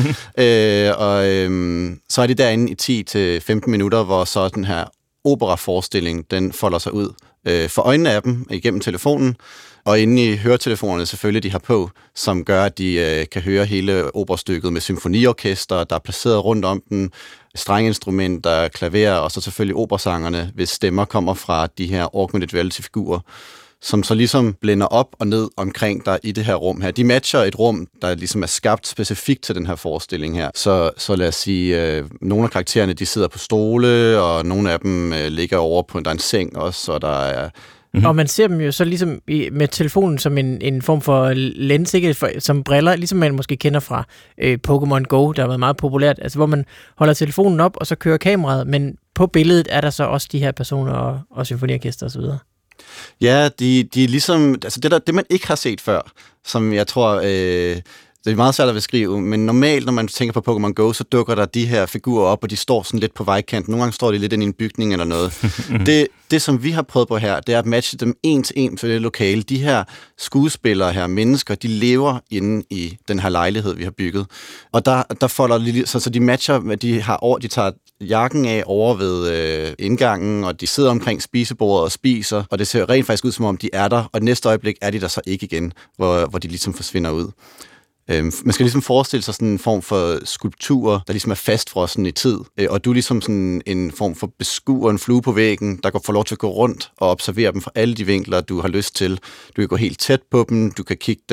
Så er de derinde i 10-15 minutter, hvor så den her operaforestilling, den folder sig ud for øjnene af dem igennem telefonen, og inde i høretelefonerne selvfølgelig, de har på, som gør, at de kan høre hele operastykket med symfoniorkester, der er placeret rundt om den, strengeinstrumenter, klaver, og så selvfølgelig operasangerne, hvis stemmer kommer fra de her augmented reality-figurer, som så ligesom blænder op og ned omkring dig i det her rum her. De matcher et rum, der ligesom er skabt specifikt til den her forestilling her. Så lad os sige, nogle af karaktererne, de sidder på stole, og nogle af dem ligger over på en seng også, og der er... Mm-hmm. Og man ser dem jo så ligesom med telefonen som en form for lens, ikke? Som briller, ligesom man måske kender fra Pokémon Go, der har været meget populært, altså hvor man holder telefonen op, og så kører kameraet, men på billedet er der så også de her personer og symfoniorkester osv. Ja, de er ligesom, altså det man ikke har set før, som jeg tror, det er meget svært at beskrive, men normalt, når man tænker på Pokémon Go, så dukker der de her figurer op, og de står sådan lidt på vejkanten. Nogle gange står de lidt inde i en bygning eller noget. Det, som vi har prøvet på her, det er at matche dem en til en til det lokale. De her skuespillere her, mennesker, de lever inde i den her lejlighed, vi har bygget. Og der folder så de matcher, hvad de har over, de tager jakken af over ved indgangen, og de sidder omkring spisebordet og spiser, og det ser rent faktisk ud, som om de er der, og næste øjeblik er de der så ikke igen, hvor de ligesom forsvinder ud. Man skal ligesom forestille sig sådan en form for skulptur, der ligesom er fastfrossen i tid, og du er ligesom sådan en form for beskuer, en flue på væggen, der kan få lov til at gå rundt og observere dem fra alle de vinkler, du har lyst til. Du kan gå helt tæt på dem, du kan kigge dem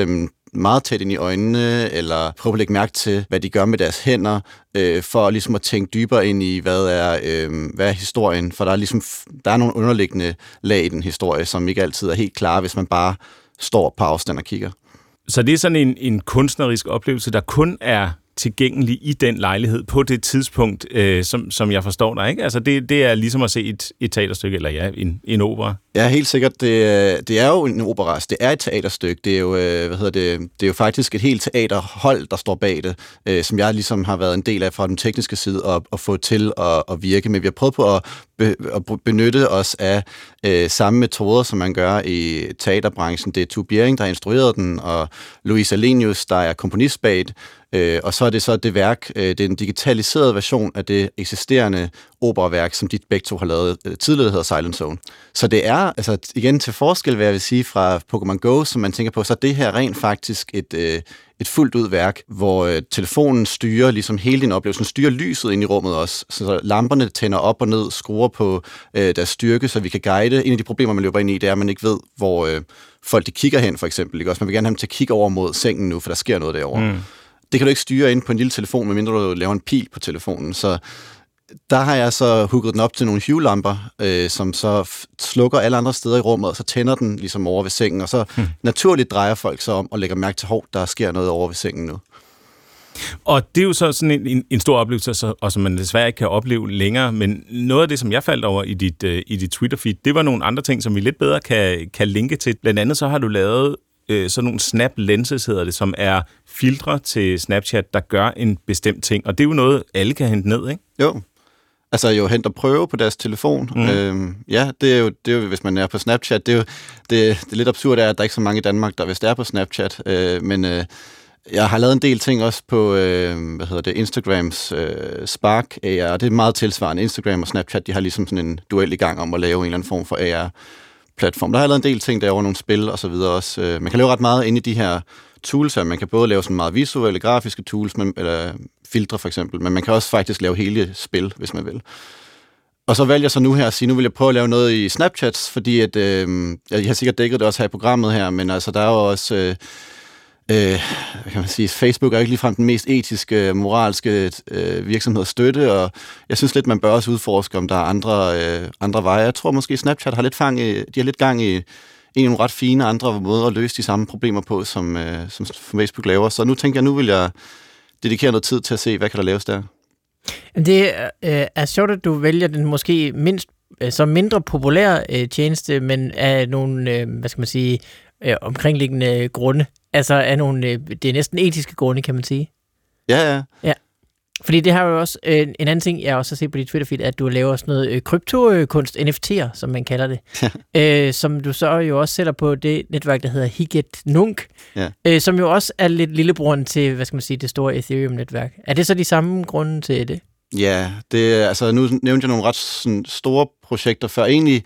meget tæt ind i øjnene, eller prøve at lægge mærke til, hvad de gør med deres hænder, for ligesom at tænke dybere ind i, hvad er historien. For der er nogle underliggende lag i den historie, som ikke altid er helt klare, hvis man bare står på afstand og kigger. Så det er sådan en kunstnerisk oplevelse, der kun er tilgængelig i den lejlighed på det tidspunkt, som jeg forstår dig, ikke? Altså det er ligesom at se et teaterstykke, eller en opera. Ja, helt sikkert. Det er jo en opera, det er et teaterstykke. Det er jo, det er jo faktisk et helt teaterhold, der står bag det, som jeg ligesom har været en del af fra den tekniske side og få til at virke. Men vi har prøvet på at benytte os af samme metoder, som man gør i teaterbranchen. Det er Tue Bjerring, der har instrueret den, og Louise Alenius, der er komponist bag det. Og så er det værk, det er en digitaliseret version af det eksisterende operaværk, som de begge to har lavet tidligere, hedder Silent Zone. Så det er, altså igen til forskel, hvad jeg vil sige, fra Pokémon Go, som man tænker på, så er det her rent faktisk et fuldt ud værk, hvor telefonen styrer ligesom hele din oplevelse, styrer lyset ind i rummet også, så lamperne tænder op og ned, skruer på deres styrke, så vi kan guide. En af de problemer, man løber ind i, det er, at man ikke ved, hvor folk de kigger hen, for eksempel. Ikke? Også man vil gerne have dem til at kigge over mod sengen nu, for der sker noget derovre. Mm. Det kan du ikke styre ind på en lille telefon, medmindre du laver en pil på telefonen. Så der har jeg så hooket den op til nogle Hue-lamper, som så slukker alle andre steder i rummet, og så tænder den ligesom over ved sengen, og så naturligt drejer folk sig om og lægger mærke til, der sker noget over ved sengen nu. Og det er jo så sådan en stor oplevelse, og som man desværre ikke kan opleve længere, men noget af det, som jeg faldt over i dit Twitter-feed, det var nogle andre ting, som vi lidt bedre kan linke til. Blandt andet så har du lavet sådan nogle snap lenses, hedder det, som er filtre til Snapchat, der gør en bestemt ting. Og det er jo noget, alle kan hente ned, ikke? Jo. Altså jo hente og prøve på deres telefon. Ja, det er jo, hvis man er på Snapchat. Det er lidt absurd, at der er ikke så mange i Danmark, der vist er på Snapchat. Men jeg har lavet en del ting også på Instagrams Spark AR, og det er meget tilsvarende. Instagram og Snapchat, de har ligesom sådan en duel i gang om at lave en eller anden form for AR-platform. Der har jeg lavet en del ting derovre, nogle spil og så videre også. Man kan lave ret meget inde i de her tools her. Man kan både lave sådan meget visuelle, grafiske tools, eller filtre for eksempel, men man kan også faktisk lave hele spil, hvis man vil. Og så valgte jeg så nu her at sige, nu vil jeg prøve at lave noget i Snapchat, fordi at, jeg har sikkert dækket det også her i programmet her, men altså der er jo også, kan man sige, Facebook er ikke ligefrem den mest etiske, moralske virksomhed at støtte, og jeg synes lidt, man bør også udforske, om der er andre veje. Jeg tror måske, Snapchat har lidt gang i nogle ret fine andre måder at løse de samme problemer på, som Facebook laver. Så nu tænker jeg, nu vil jeg dedikere noget tid til at se, hvad kan der laves der. Det er sjovt, at du vælger den måske mindre populære tjeneste, men af nogle, omkringliggende grunde. Altså af nogle, det er næsten etiske grunde, kan man sige. Ja. Fordi det har jo også en anden ting, jeg også har set på dit Twitter-feed, at du laver sådan noget kryptokunst, NFT'er, som man kalder det, som du så jo også sætter på det netværk, der hedder Higet Nunc, som jo også er lidt lillebroren til, det store Ethereum-netværk. Er det så de samme grunde til det? Ja, nu nævnte jeg nogle ret sådan, store projekter før. Egentlig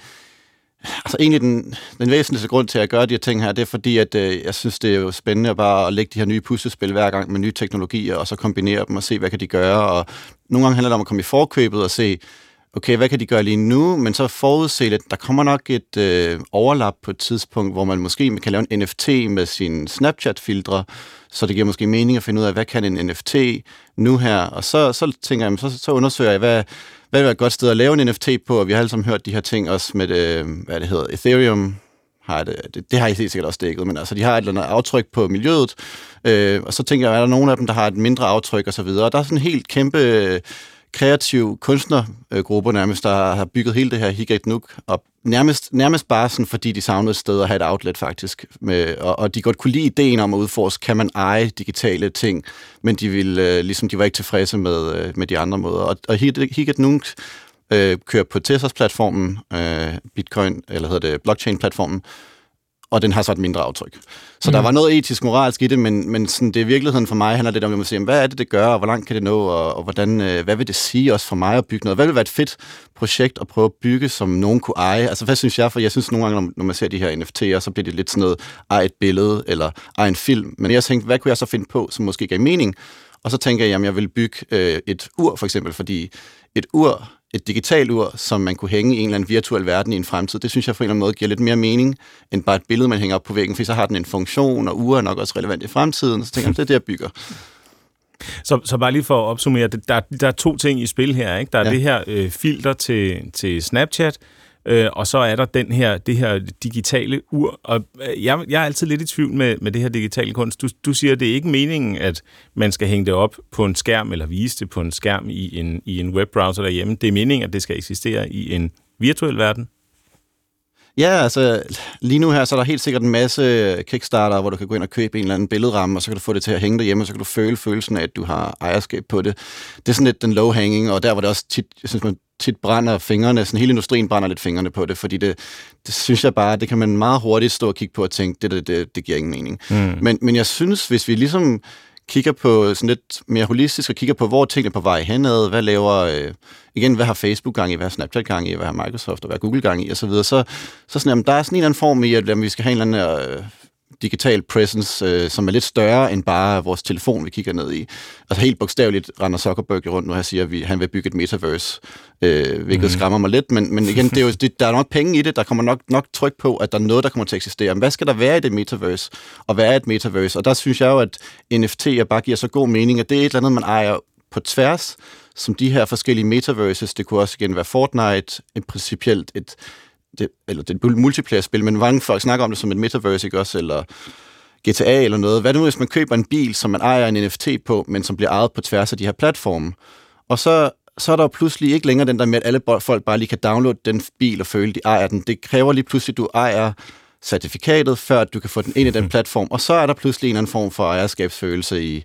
den væsentligste grund til at gøre de her ting her, det er fordi, at jeg synes, det er jo spændende bare at lægge de her nye puslespil hver gang med nye teknologier, og så kombinere dem og se, hvad kan de gøre. Og nogle gange handler det om at komme i forkøbet og se, okay, hvad kan de gøre lige nu, men så forudse lidt, der kommer nok et overlap på et tidspunkt, hvor man måske kan lave en NFT med sine Snapchat-filtre, så det giver måske mening at finde ud af, hvad kan en NFT nu her, og så tænker jeg, så undersøger jeg, hvad vil være et godt sted at lave en NFT på, og vi har alle sammen hørt de her ting også med, hvad det hedder, Ethereum, det har I helt sikkert også dækket, men altså de har et eller andet aftryk på miljøet, og så tænker jeg, er der nogle af dem, der har et mindre aftryk og så videre, og der er sådan en helt kæmpe kreativ kunstnergrupper nærmest, der har bygget hele det her Higet Nunc op. Nærmest bare sådan, fordi de savnede et sted at have et outlet faktisk. Og de godt kunne lide ideen om at udforske, kan man eje digitale ting, men de var ikke tilfredse med de andre måder. Og Higet Nunc kører på Tezos-platformen, Bitcoin, eller hedder det blockchain-platformen, og den har så et mindre aftryk. Så der var noget etisk, moralsk i det, men sådan, det er virkeligheden for mig handler lidt om at sige, hvad er det gør, og hvor langt kan det nå, og hvordan, hvad vil det sige også for mig at bygge noget? Hvad vil være et fedt projekt at prøve at bygge, som nogen kunne eje? Altså, hvad synes jeg? For jeg synes nogle gange, når man ser de her NFT'er, så bliver det lidt sådan noget, eje et billede, eller eje en film. Men jeg tænkte, hvad kunne jeg så finde på, som måske gav mening? Og så tænker jeg, jamen, jeg vil bygge et ur, for eksempel, fordi et ur et digitalt ur, som man kunne hænge i en eller anden virtuel verden i en fremtid, det synes jeg på en eller anden måde giver lidt mere mening, end bare et billede, man hænger op på væggen, for så har den en funktion, og ure er nok også relevant i fremtiden, så tænker jeg, det er det, jeg bygger. Så bare lige for at opsummere, der er 2 ting i spil her, ikke? Der er det her filter til Snapchat, og så er der det her digitale ur, og jeg er altid lidt i tvivl med det her digitale kunst. Du siger, at det er ikke meningen, at man skal hænge det op på en skærm, eller vise det på en skærm i en webbrowser derhjemme. Det er meningen, at det skal eksistere i en virtuel verden. Ja, altså lige nu her, så er der helt sikkert en masse Kickstarter, hvor du kan gå ind og købe en eller anden billedramme, og så kan du få det til at hænge derhjemme, og så kan du føle følelsen af, at du har ejerskab på det. Det er sådan lidt den low-hanging, og der hvor det også tit, jeg synes, man tit brænder fingrene, sådan hele industrien brænder lidt fingrene på det, fordi det synes jeg bare, det kan man meget hurtigt stå og kigge på og tænke, det giver ingen mening. Men jeg synes, hvis vi ligesom kigger på sådan lidt mere holistisk, og kigger på, hvor tingene er på vej henad, hvad laver, hvad har Facebook gang i, hvad har Snapchat gang i, hvad har Microsoft og hvad har Google gang i, og så videre, så sådan, jamen, der er sådan en eller anden form i, at vi skal have en eller anden digital presence, som er lidt større end bare vores telefon, vi kigger ned i. Altså helt bogstaveligt render Zuckerberg rundt nu her siger, at han vil bygge et metaverse, hvilket skræmmer mig lidt, men igen, det er jo, der er nok penge i det, der kommer nok tryk på, at der er noget, der kommer til at eksistere. Men hvad skal der være i det metaverse? Og hvad er et metaverse? Og der synes jeg jo, at NFT'er bare giver så god mening, at det er et eller andet, man ejer på tværs, som de her forskellige metaverses. Det kunne også igen være Fortnite, principielt et multiplayer-spil, men mange folk snakker om det som et metaverse, ikke også, eller GTA eller noget. Hvad er det nu, hvis man køber en bil, som man ejer en NFT på, men som bliver ejet på tværs af de her platforme? Og så er der jo pludselig ikke længere den der med, at alle folk bare lige kan downloade den bil og føle, de ejer den. Det kræver lige pludselig, at du ejer certifikatet, før du kan få den ind i den platform, og så er der pludselig en eller anden form for ejerskabsfølelse i,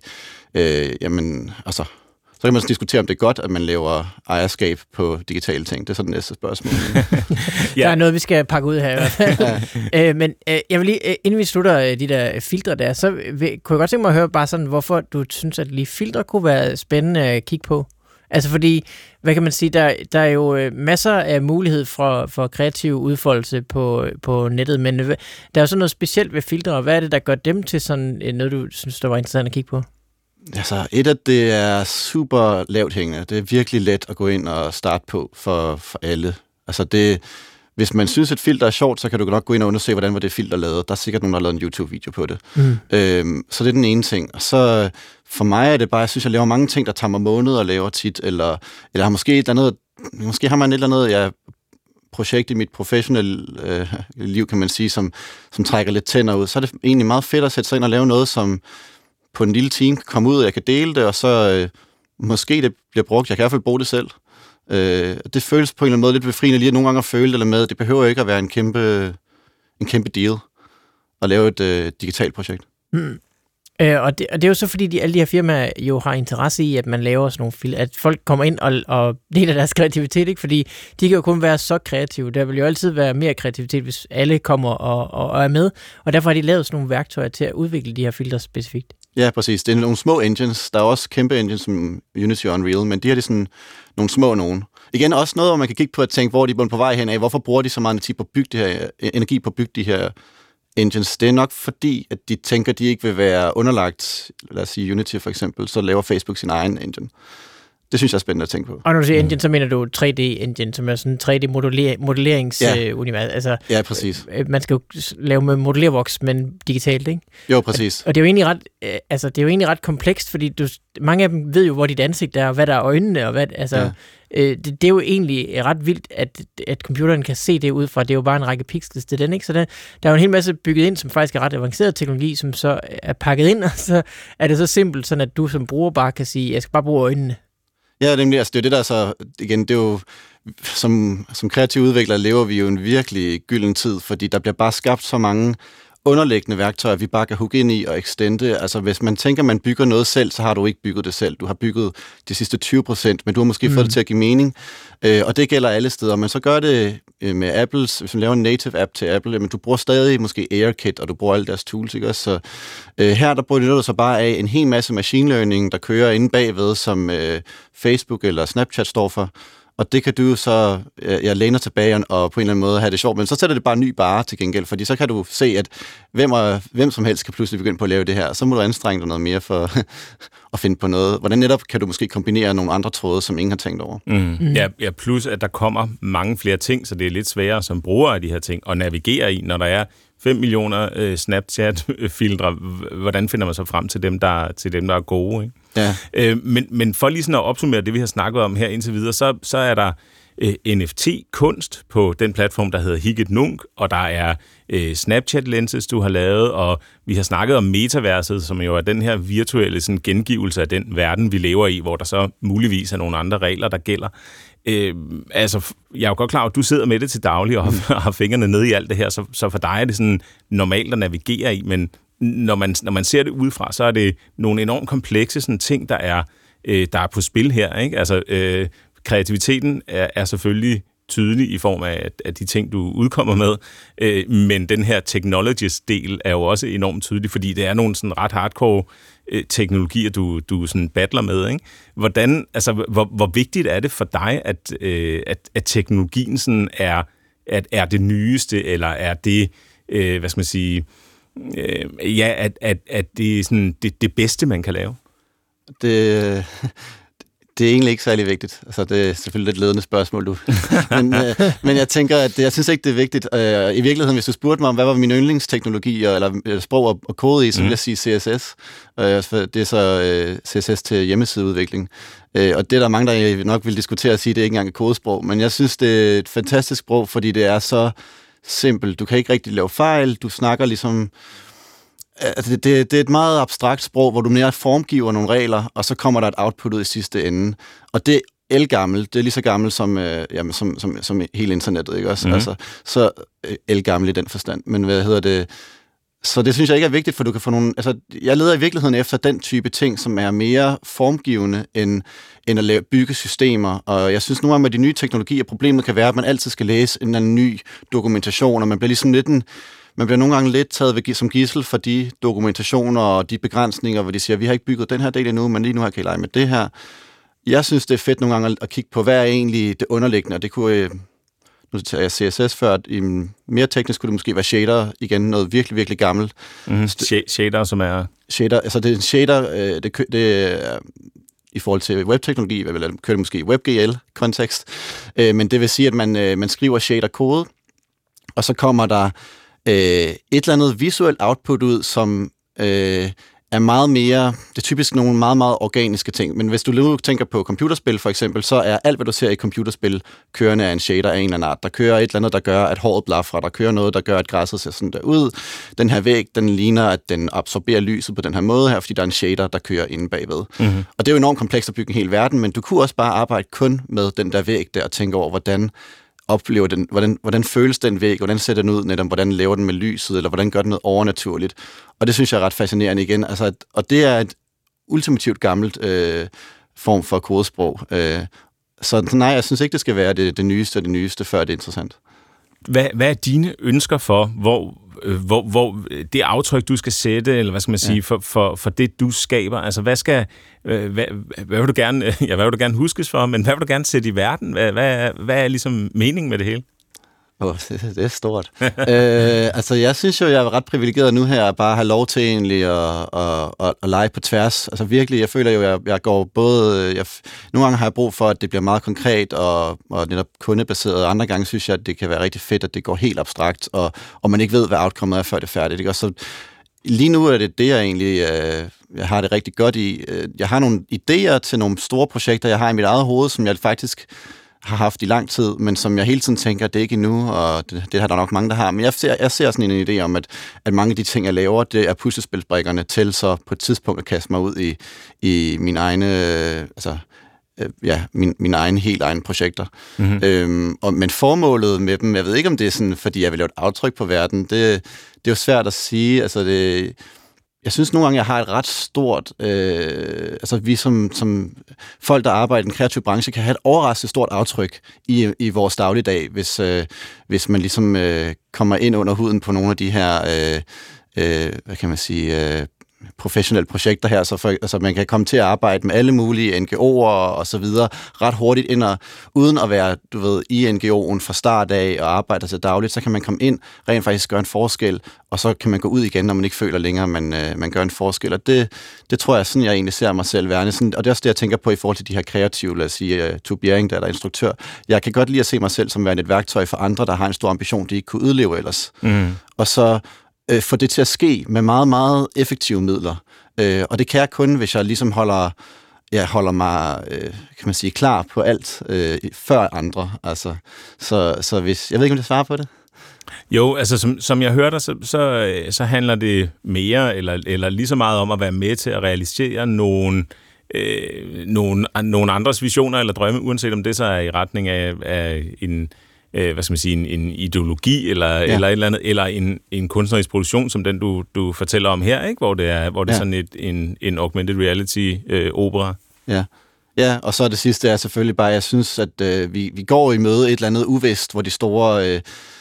så kan man diskutere, om det er godt, at man laver ejerskab på digitale ting. Det er så det næste spørgsmål. Der er noget, vi skal pakke ud her i hvert fald. Men jeg vil lige, inden vi slutter de der filtre der, så kunne jeg godt tænke mig at høre bare sådan, hvorfor du synes, at lige filtre kunne være spændende at kigge på. Altså fordi, hvad kan man sige, der er jo masser af mulighed for kreativ udfoldelse på nettet, men der er jo sådan noget specielt ved filtre, og hvad er det, der gør dem til sådan noget, du synes, der var interessant at kigge på? Altså, det er super lavt hængende. Det er virkelig let at gå ind og starte på for alle. Altså hvis man synes, et filter er sjovt, så kan du nok gå ind og undersøge, hvordan var det filter lavet. Der er sikkert nogen, der har lavet en YouTube-video på det. Så det er den ene ting. Og så for mig er det bare, jeg synes, jeg laver mange ting, der tager mig måneder og laver tit, eller har måske et eller andet, måske har man et eller andet, projekt i mit professionelle liv, kan man sige, som trækker lidt tænder ud. Så er det egentlig meget fedt at sætte sig ind og lave noget, som på en lille team kan komme ud, og jeg kan dele det, og så måske det bliver brugt. Jeg kan i hvert fald bruge det selv. Det føles på en eller anden måde lidt befriende lige at nogle gange at føle det eller med. Det behøver ikke at være en kæmpe deal at lave et digitalt projekt. Og det er jo så fordi, alle de her firmaer jo har interesse i, at man laver sådan nogle film, at folk kommer ind og deler deres kreativitet, ikke? Fordi de kan jo kun være så kreative. Der vil jo altid være mere kreativitet, hvis alle kommer og er med, og derfor har de lavet sådan nogle værktøjer til at udvikle de her filtre specifikt. Ja, præcis. Det er nogle små engines. Der er også kæmpe engines som Unity og Unreal, men de her er sådan nogle små nogen. Igen også noget, hvor man kan kigge på at tænke, hvor de er på vej hen af. Hvorfor bruger de så meget energi på at bygge de her engines? Det er nok fordi, at de tænker, at de ikke vil være underlagt, lad os sige Unity for eksempel, så laver Facebook sin egen engine. Det synes jeg er spændende at tænke på. Og når du siger engine, så mener du 3D-engine, som er sådan en 3D-modelleringsunivers. Altså, ja, præcis. Man skal jo lave med modellervoks, men digitalt, ikke? Jo, præcis. Og det er jo egentlig ret komplekst, fordi mange af dem ved jo, hvor dit ansigt er, og hvad der er øjnene, og hvad, det er jo egentlig ret vildt, at computeren kan se det ud fra, det er jo bare en række pixels til den, ikke? Så der er jo en hel masse bygget ind, som faktisk er ret avanceret teknologi, som så er pakket ind, og så er det så simpelt, sådan at du som bruger bare kan sige, jeg skal bare bruge øjnene. Ja, nemlig, altså det er det der så, igen, det er jo, som kreative udviklere lever vi jo en virkelig gylden tid, fordi der bliver bare skabt så mange underliggende værktøjer, vi bare kan hugge ind i og extende. Altså hvis man tænker, man bygger noget selv, så har du ikke bygget det selv. Du har bygget de sidste 20%, men du har måske fået det til at give mening. Og det gælder alle steder. Men så gør det med Apples, hvis man laver en native app til Apple, men du bruger stadig måske AirKit, og du bruger alle deres tools, ikke også? Så her der bruger du så bare af en hel masse machine learning, der kører inde bagved, som Facebook eller Snapchat står for. og det kan du så læner tilbage og på en eller anden måde have det sjovt, men så sætter det bare en ny barre til gengæld, fordi så kan du se, at hvem som helst kan pludselig begynde på at lave det her, så må du anstrenge dig noget mere for at finde på noget. Hvordan netop kan du måske kombinere nogle andre tråde, som ingen har tænkt over? Ja, plus at der kommer mange flere ting, så det er lidt sværere som bruger af de her ting at navigere i, når der er 5 millioner Snapchat-filtre. Hvordan finder man så frem til dem, der er gode? Ikke? Ja. Men for lige sådan at opsummere det, vi har snakket om her indtil videre, så er der NFT-kunst på den platform, der hedder Higet Nunk, og der er Snapchat-lenses, du har lavet, og vi har snakket om metaverset, som jo er den her virtuelle sådan, gengivelse af den verden, vi lever i, hvor der så muligvis er nogle andre regler, der gælder. Altså, jeg er jo godt klar over, at du sidder med det til daglig og har fingrene nede i alt det her, så for dig er det sådan normalt at navigere i, men når man ser det udefra, så er det nogle enormt komplekse sådan, ting, der er på spil her. Ikke? Altså, kreativiteten er selvfølgelig tydelig i form af de ting, du udkommer med, men den her technologies-del er jo også enormt tydelig, fordi det er nogle sådan ret hardcore teknologier, du sådan battler med. Ikke? Hvordan, altså, hvor vigtigt er det for dig, at teknologien sådan er det nyeste, eller er det, hvad skal man sige, at det er sådan det bedste, man kan lave? Det er egentlig ikke særlig vigtigt. Altså, det er selvfølgelig et ledende spørgsmål, du. men jeg tænker, at jeg synes ikke, det er vigtigt. I virkeligheden, hvis du spurgte mig om, hvad var min yndlingsteknologi, eller sprog og kode i, så vil jeg sige CSS. Det er så CSS til hjemmesideudvikling. Og det er der mange, der nok vil diskutere og sige, at det ikke engang er kodesprog. Men jeg synes, det er et fantastisk sprog, fordi det er så simpelt. Du kan ikke rigtig lave fejl. Du snakker ligesom... Altså det er et meget abstrakt sprog, hvor du mere formgiver nogle regler, og så kommer der et output ud i sidste ende. Og det er elgammelt. Det er lige så gammelt som hele internettet, ikke også? Altså, så elgammelt i den forstand. Men så det synes jeg ikke er vigtigt, for du kan få nogle... Altså, jeg leder i virkeligheden efter den type ting, som er mere formgivende, end at bygge systemer. Og jeg synes nogle gange med de nye teknologier, problemet kan være, at man altid skal læse en eller anden ny dokumentation, og man bliver ligesom lidt man bliver nogle gange lidt taget som gidsel for de dokumentationer og de begrænsninger, hvor de siger, vi har ikke bygget den her del endnu, men lige nu har jeg lege med det her. Jeg synes, det er fedt nogle gange at kigge på, hvad er egentlig det underliggende, og det kunne... Nu tager jeg CSS før, i mere teknisk kunne det måske være shader, igen noget virkelig, virkelig gammelt. Shader, som er... Shader, altså det er en shader, det er i forhold til webteknologi, eller kører det måske i WebGL-kontekst, men det vil sige, at man skriver shader-kode, og så kommer der et eller andet visuelt output ud, som er meget mere, det er typisk nogle meget, meget organiske ting, men hvis du lige tænker på computerspil for eksempel, så er alt, hvad du ser i computerspil, kørende af en shader af en eller anden art. Der kører et eller andet, der gør, at håret blafrer, der kører noget, der gør, at græsset ser sådan der ud. Den her væg, den ligner, at den absorberer lyset på den her måde her, fordi der er en shader, der kører inde bagved. Mm-hmm. Og det er jo enormt komplekst at bygge en hel verden, men du kunne også bare arbejde kun med den der væg der, og tænke over, hvordan oplever den, hvordan føles den væg, hvordan ser den ud, netop hvordan laver den med lyset, eller hvordan gør den noget overnaturligt. Og det synes jeg er ret fascinerende igen. Altså, og det er et ultimativt gammelt form for kodesprog. Så nej, jeg synes ikke, det skal være det nyeste og det nyeste, før det er interessant. Hvad er dine ønsker for, hvor det aftryk, du skal sætte, eller hvad skal man sige, for det, du skaber? Altså, hvad vil du gerne, hvad vil du gerne huskes for, men hvad vil du gerne sætte i verden? Hvad er ligesom meningen med det hele? Det er stort. Altså, jeg synes jo, jeg er ret privilegeret nu her, at bare have lov til egentlig at lege på tværs. Altså virkelig, jeg føler jo, jeg går både... nogle gange har jeg brug for, at det bliver meget konkret og netop kundebaseret. Andre gange synes jeg, at det kan være rigtig fedt, at det går helt abstrakt, og man ikke ved, hvad outcomeet er, før det er færdigt. Ikke? Og så lige nu er det jeg egentlig jeg har det rigtig godt i. Jeg har nogle idéer til nogle store projekter, jeg har i mit eget hoved, som jeg faktisk har haft i lang tid, men som jeg hele tiden tænker, det er ikke endnu, og det har der nok mange, der har. Men jeg ser sådan en idé om, at mange af de ting, jeg laver, det er puslespilsbrikkerne til så på et tidspunkt at kaste mig ud i mine egne, mine egne helt egne projekter. Mm-hmm. Men formålet med dem, jeg ved ikke, om det er sådan, fordi jeg vil lave et aftryk på verden, det er jo svært at sige. Altså jeg synes nogle gange, jeg har et ret stort... altså vi som folk, der arbejder i den kreative branche, kan have et overraskende stort aftryk i vores dagligdag, hvis man ligesom kommer ind under huden på nogle af de her, hvad kan man sige, professionelle projekter her, så man kan komme til at arbejde med alle mulige NGO'er og så videre ret hurtigt ind, og uden at være, i NGO'en fra start af og arbejde til dagligt, så kan man komme ind, rent faktisk gøre en forskel, og så kan man gå ud igen, når man ikke føler længere, man gør en forskel. Og det tror jeg, sådan jeg egentlig ser mig selv værende. Sådan, og det er også det, jeg tænker på i forhold til de her kreative, lad os sige, Tue Bjerring, der er instruktør. Jeg kan godt lide at se mig selv som værende et værktøj for andre, der har en stor ambition, de ikke kunne udleve ellers. Og så få det til at ske med meget, meget effektive midler. Og det kan jeg kun, hvis jeg ligesom holder mig, kan man sige, klar på alt før andre. Altså, så hvis... Jeg ved ikke, om det svarer på det? Jo, altså som jeg hørte, så handler det mere, eller lige så meget om at være med til at realisere nogle andres visioner eller drømme, uanset om det så er i retning af en... hvad skal man sige, en ideologi eller et eller andet, eller en kunstnerisk produktion, som den, du fortæller om her, ikke? Hvor det er sådan en augmented reality opera. Ja, og så det sidste er selvfølgelig bare, jeg synes, at vi går i møde et eller andet uvist, hvor de store...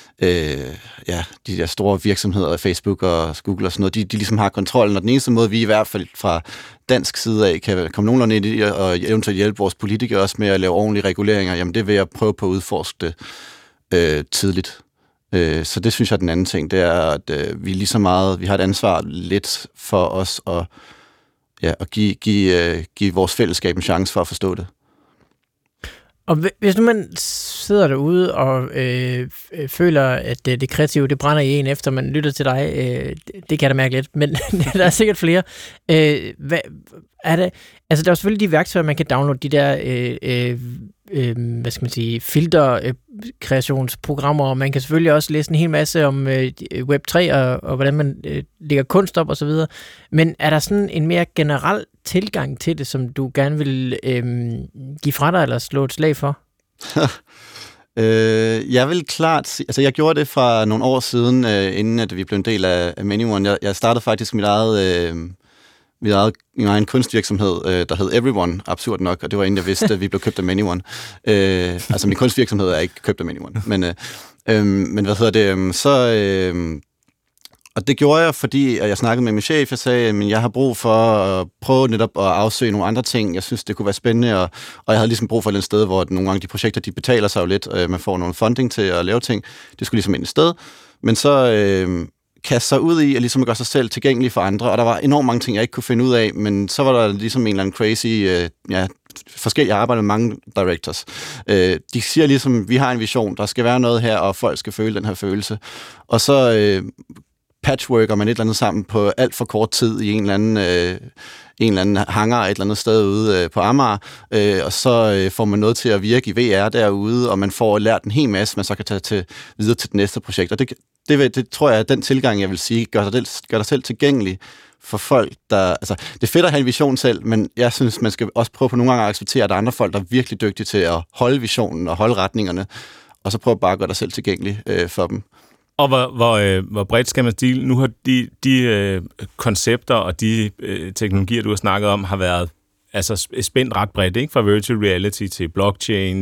de der store virksomheder, Facebook og Google og sådan noget, de ligesom har kontrollen, og den eneste måde, vi i hvert fald fra dansk side af kan komme nogenlunde ind i og eventuelt hjælpe vores politikere også med at lave ordentlige reguleringer, jamen det vil jeg prøve på at udforske det tidligt. Så det synes jeg er den anden ting, det er, at vi lige så meget, vi har et ansvar lidt for os at give vores fællesskab en chance for at forstå det. Og hvis nu man sidder derude og føler, at det kreative, det brænder i en, efter man lytter til dig, det kan jeg da mærke lidt, men der er sikkert flere. Hvad er det? Altså, der er selvfølgelig de værktøjer, man kan downloade, de der, hvad skal man sige, filterkreationsprogrammer, og man kan selvfølgelig også læse en hel masse om Web3 og hvordan man lægger kunst op og så videre. Men er der sådan en mere generel tilgang til det, som du gerne vil give fra dig, eller slå et slag for? Jeg vil klart sige, altså jeg gjorde det for nogle år siden, inden at vi blev en del af ManyOne. Jeg startede faktisk min egen kunstvirksomhed, der hed Everyone, absurd nok, og det var inden jeg vidste, at vi blev købt af ManyOne. Altså min kunstvirksomhed er ikke købt af ManyOne, men hvad hedder det, og det gjorde jeg, fordi jeg snakkede med min chef, jeg sagde, at jeg har brug for at prøve netop at afsøge nogle andre ting. Jeg synes, det kunne være spændende, og jeg havde ligesom brug for et sted, hvor nogle gange de projekter, de betaler sig jo lidt. Man får nogle funding til at lave ting. Det skulle ligesom ind et sted. Men så kaste sig ud i at ligesom gøre sig selv tilgængelig for andre, og der var enormt mange ting, jeg ikke kunne finde ud af, men så var der ligesom en eller anden crazy, forskellige arbejder med mange directors. De siger ligesom, vi har en vision, der skal være noget her, og folk skal føle den her følelse. Og så patchworker man et eller andet sammen på alt for kort tid i en eller anden hangar et eller andet sted ude på Amager, og så får man noget til at virke i VR derude, og man får lært en hel masse, man så kan tage videre til det næste projekt. Og det tror jeg er den tilgang, jeg vil sige, gør dig selv tilgængelig for folk, der... Altså, det er fedt at have en vision selv, men jeg synes, man skal også prøve på nogle gange at acceptere, at der er andre folk, der er virkelig dygtige til at holde visionen og holde retningerne, og så prøve bare at gøre dig selv tilgængelig for dem. Og hvor bredt skal man stille? Nu har de koncepter og de teknologier, du har snakket om, har været spændt ret bredt, ikke? Fra virtual reality til blockchain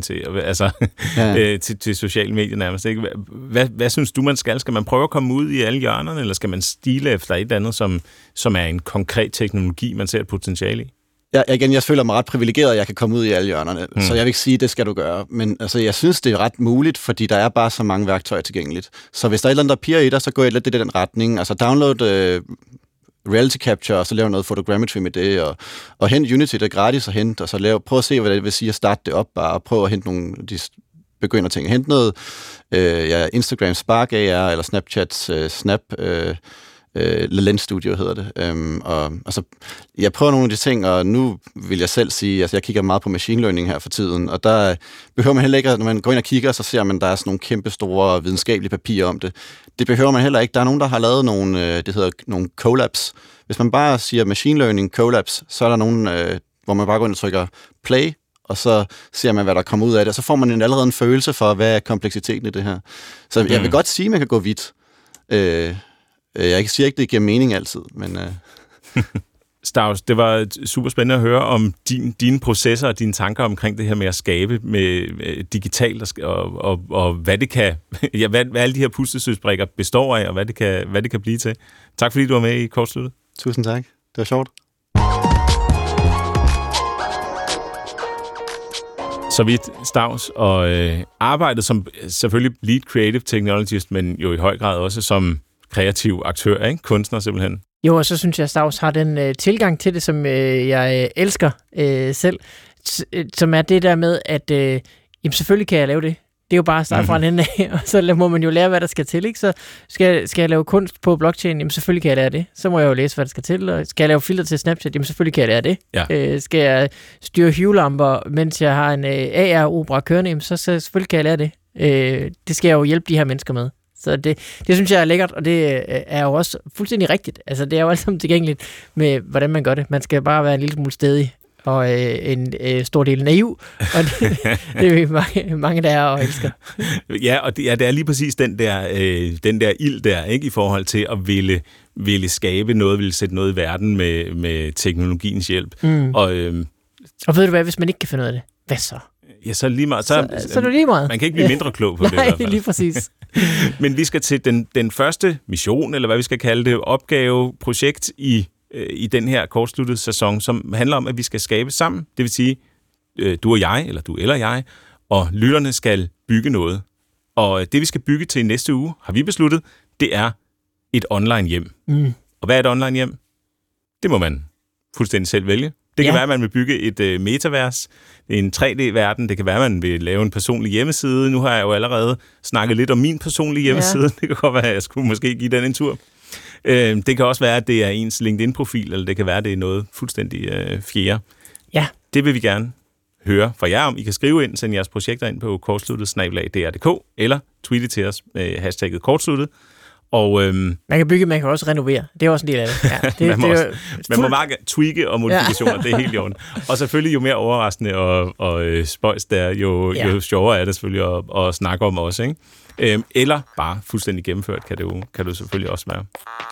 til sociale medier nærmest, ikke? Hvad synes du, man skal? Skal man prøve at komme ud i alle hjørnerne, eller skal man stile efter et eller andet, som er en konkret teknologi, man ser et potentiale i? Jeg føler mig ret privilegeret, at jeg kan komme ud i alle hjørnerne, så jeg vil ikke sige, at det skal du gøre. Men altså, jeg synes, det er ret muligt, fordi der er bare så mange værktøjer tilgængeligt. Så hvis der er et eller andet, der piger i dig, så går jeg lidt i den retning. Altså download reality capture, og så lave noget photogrammetry med det, og hent Unity, det er gratis at hente, og så prøv at se, hvad det vil sige at starte det op, bare prøv at hente nogle de begynder ting. Hente noget Instagram Spark AR, eller Snapchat Snap Lens Studio hedder det. Og altså, jeg prøver nogle af de ting, og nu vil jeg selv sige, altså jeg kigger meget på machine learning her for tiden, og der behøver man heller ikke, når man går ind og kigger, så ser man, der er sådan nogle kæmpe store videnskabelige papirer om det. Det behøver man heller ikke. Der er nogen, der har lavet nogle, det hedder nogle collabs. Hvis man bare siger machine learning collabs, så er der nogen, hvor man bare går ind og trykker play, og så ser man, hvad der kommer ud af det, og så får man allerede en følelse for, hvad er kompleksiteten i det her. Så jeg vil godt sige, at man kan gå vidt. Jeg siger ikke, det giver mening altid, men... Staus, det var super spændende at høre om dine processer og dine tanker omkring det her med at skabe med digitalt, og hvad det kan... Ja, hvad alle de her puslespilsbrikker består af, og hvad det kan blive til. Tak fordi du var med i Kortsluttet. Tusind tak. Det var sjovt. Så vidt Staus, og arbejdet som selvfølgelig lead creative technologist, men jo i høj grad også som kreativ aktør, ikke? Kunstner simpelthen. Jo, og så synes jeg, at Staus har den tilgang til det, som jeg elsker selv, som er det der med, at jamen, selvfølgelig kan jeg lave det. Det er jo bare at starte fra en ende af, og så må man jo lære, hvad der skal til, ikke? Så skal jeg lave kunst på blockchain, jamen selvfølgelig kan jeg lære det. Så må jeg jo læse, hvad der skal til. Og skal jeg lave filter til Snapchat, jamen selvfølgelig kan jeg lære det. Ja. Skal jeg styre Hue-lamper, mens jeg har en AR-opera kørende, jamen så selvfølgelig kan jeg lære det. Det skal jeg jo hjælpe de her mennesker med. Så det synes jeg er lækkert, og det er jo også fuldstændig rigtigt. Altså det er jo alt sammen tilgængeligt med, hvordan man gør det. Man skal bare være en lille smule stædig og en stor del naiv, og det er mange der er og elsker. Ja, og det er lige præcis den der ild der, ikke, i forhold til at ville skabe noget, ville sætte noget i verden med teknologiens hjælp. Og ved du hvad, hvis man ikke kan finde ud af det, hvad så? Ja, så lige meget. Så er det lige meget. Man kan ikke blive mindre klog på det i hvert fald. Nej, lige præcis. Men vi skal til den første mission, eller hvad vi skal kalde det, opgaveprojekt i den her kortsluttede sæson, som handler om, at vi skal skabe sammen. Det vil sige, du og jeg, eller du eller jeg, og lytterne skal bygge noget. Og det, vi skal bygge til næste uge, har vi besluttet, det er et online hjem. Og hvad er et online hjem? Det må man fuldstændig selv vælge. Det kan være, at man vil bygge et metavers, en 3D-verden. Det kan være, at man vil lave en personlig hjemmeside. Nu har jeg jo allerede snakket lidt om min personlige hjemmeside. Ja. Det kan godt være, at jeg skulle måske give den en tur. Det kan også være, at det er ens LinkedIn-profil, eller det kan være, at det er noget fuldstændig fjerde. Ja. Det vil vi gerne høre fra jer om. I kan skrive ind, sende jeres projekter ind på kortsluttet@dr.dk, eller tweete til os med hashtagget kortsluttet. Og, man kan bygge, man kan også renovere. Det er også en del af det. Ja, man må bare tweake og modifikationer, det er helt i orden. Og selvfølgelig jo mere overraskende og spøjs der, jo sjovere er det selvfølgelig at snakke om også, ikke? Eller bare fuldstændig gennemført, kan det selvfølgelig også være.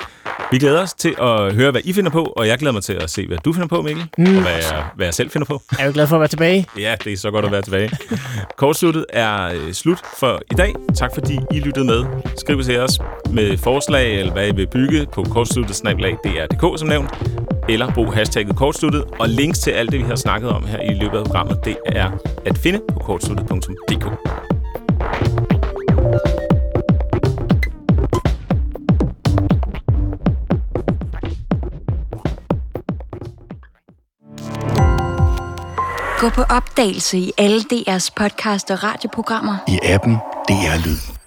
Vi glæder os til at høre, hvad I finder på, og jeg glæder mig til at se, hvad du finder på, Mikkel, og hvad jeg selv finder på. Jeg er jo glad for at være tilbage. Ja, det er så godt at være tilbage. Kortsluttet er slut for i dag. Tak fordi I lyttede med. Skriv til os med forslag, eller hvad I vil bygge på kortsluttet@dr.dk som nævnt, eller brug hashtagget kortsluttet, og links til alt det, vi har snakket om her i løbet af programmet, det er at finde på kortsluttet.dk. Gå på opdagelse i alle DR's podcast og radioprogrammer. I appen DR Lyd.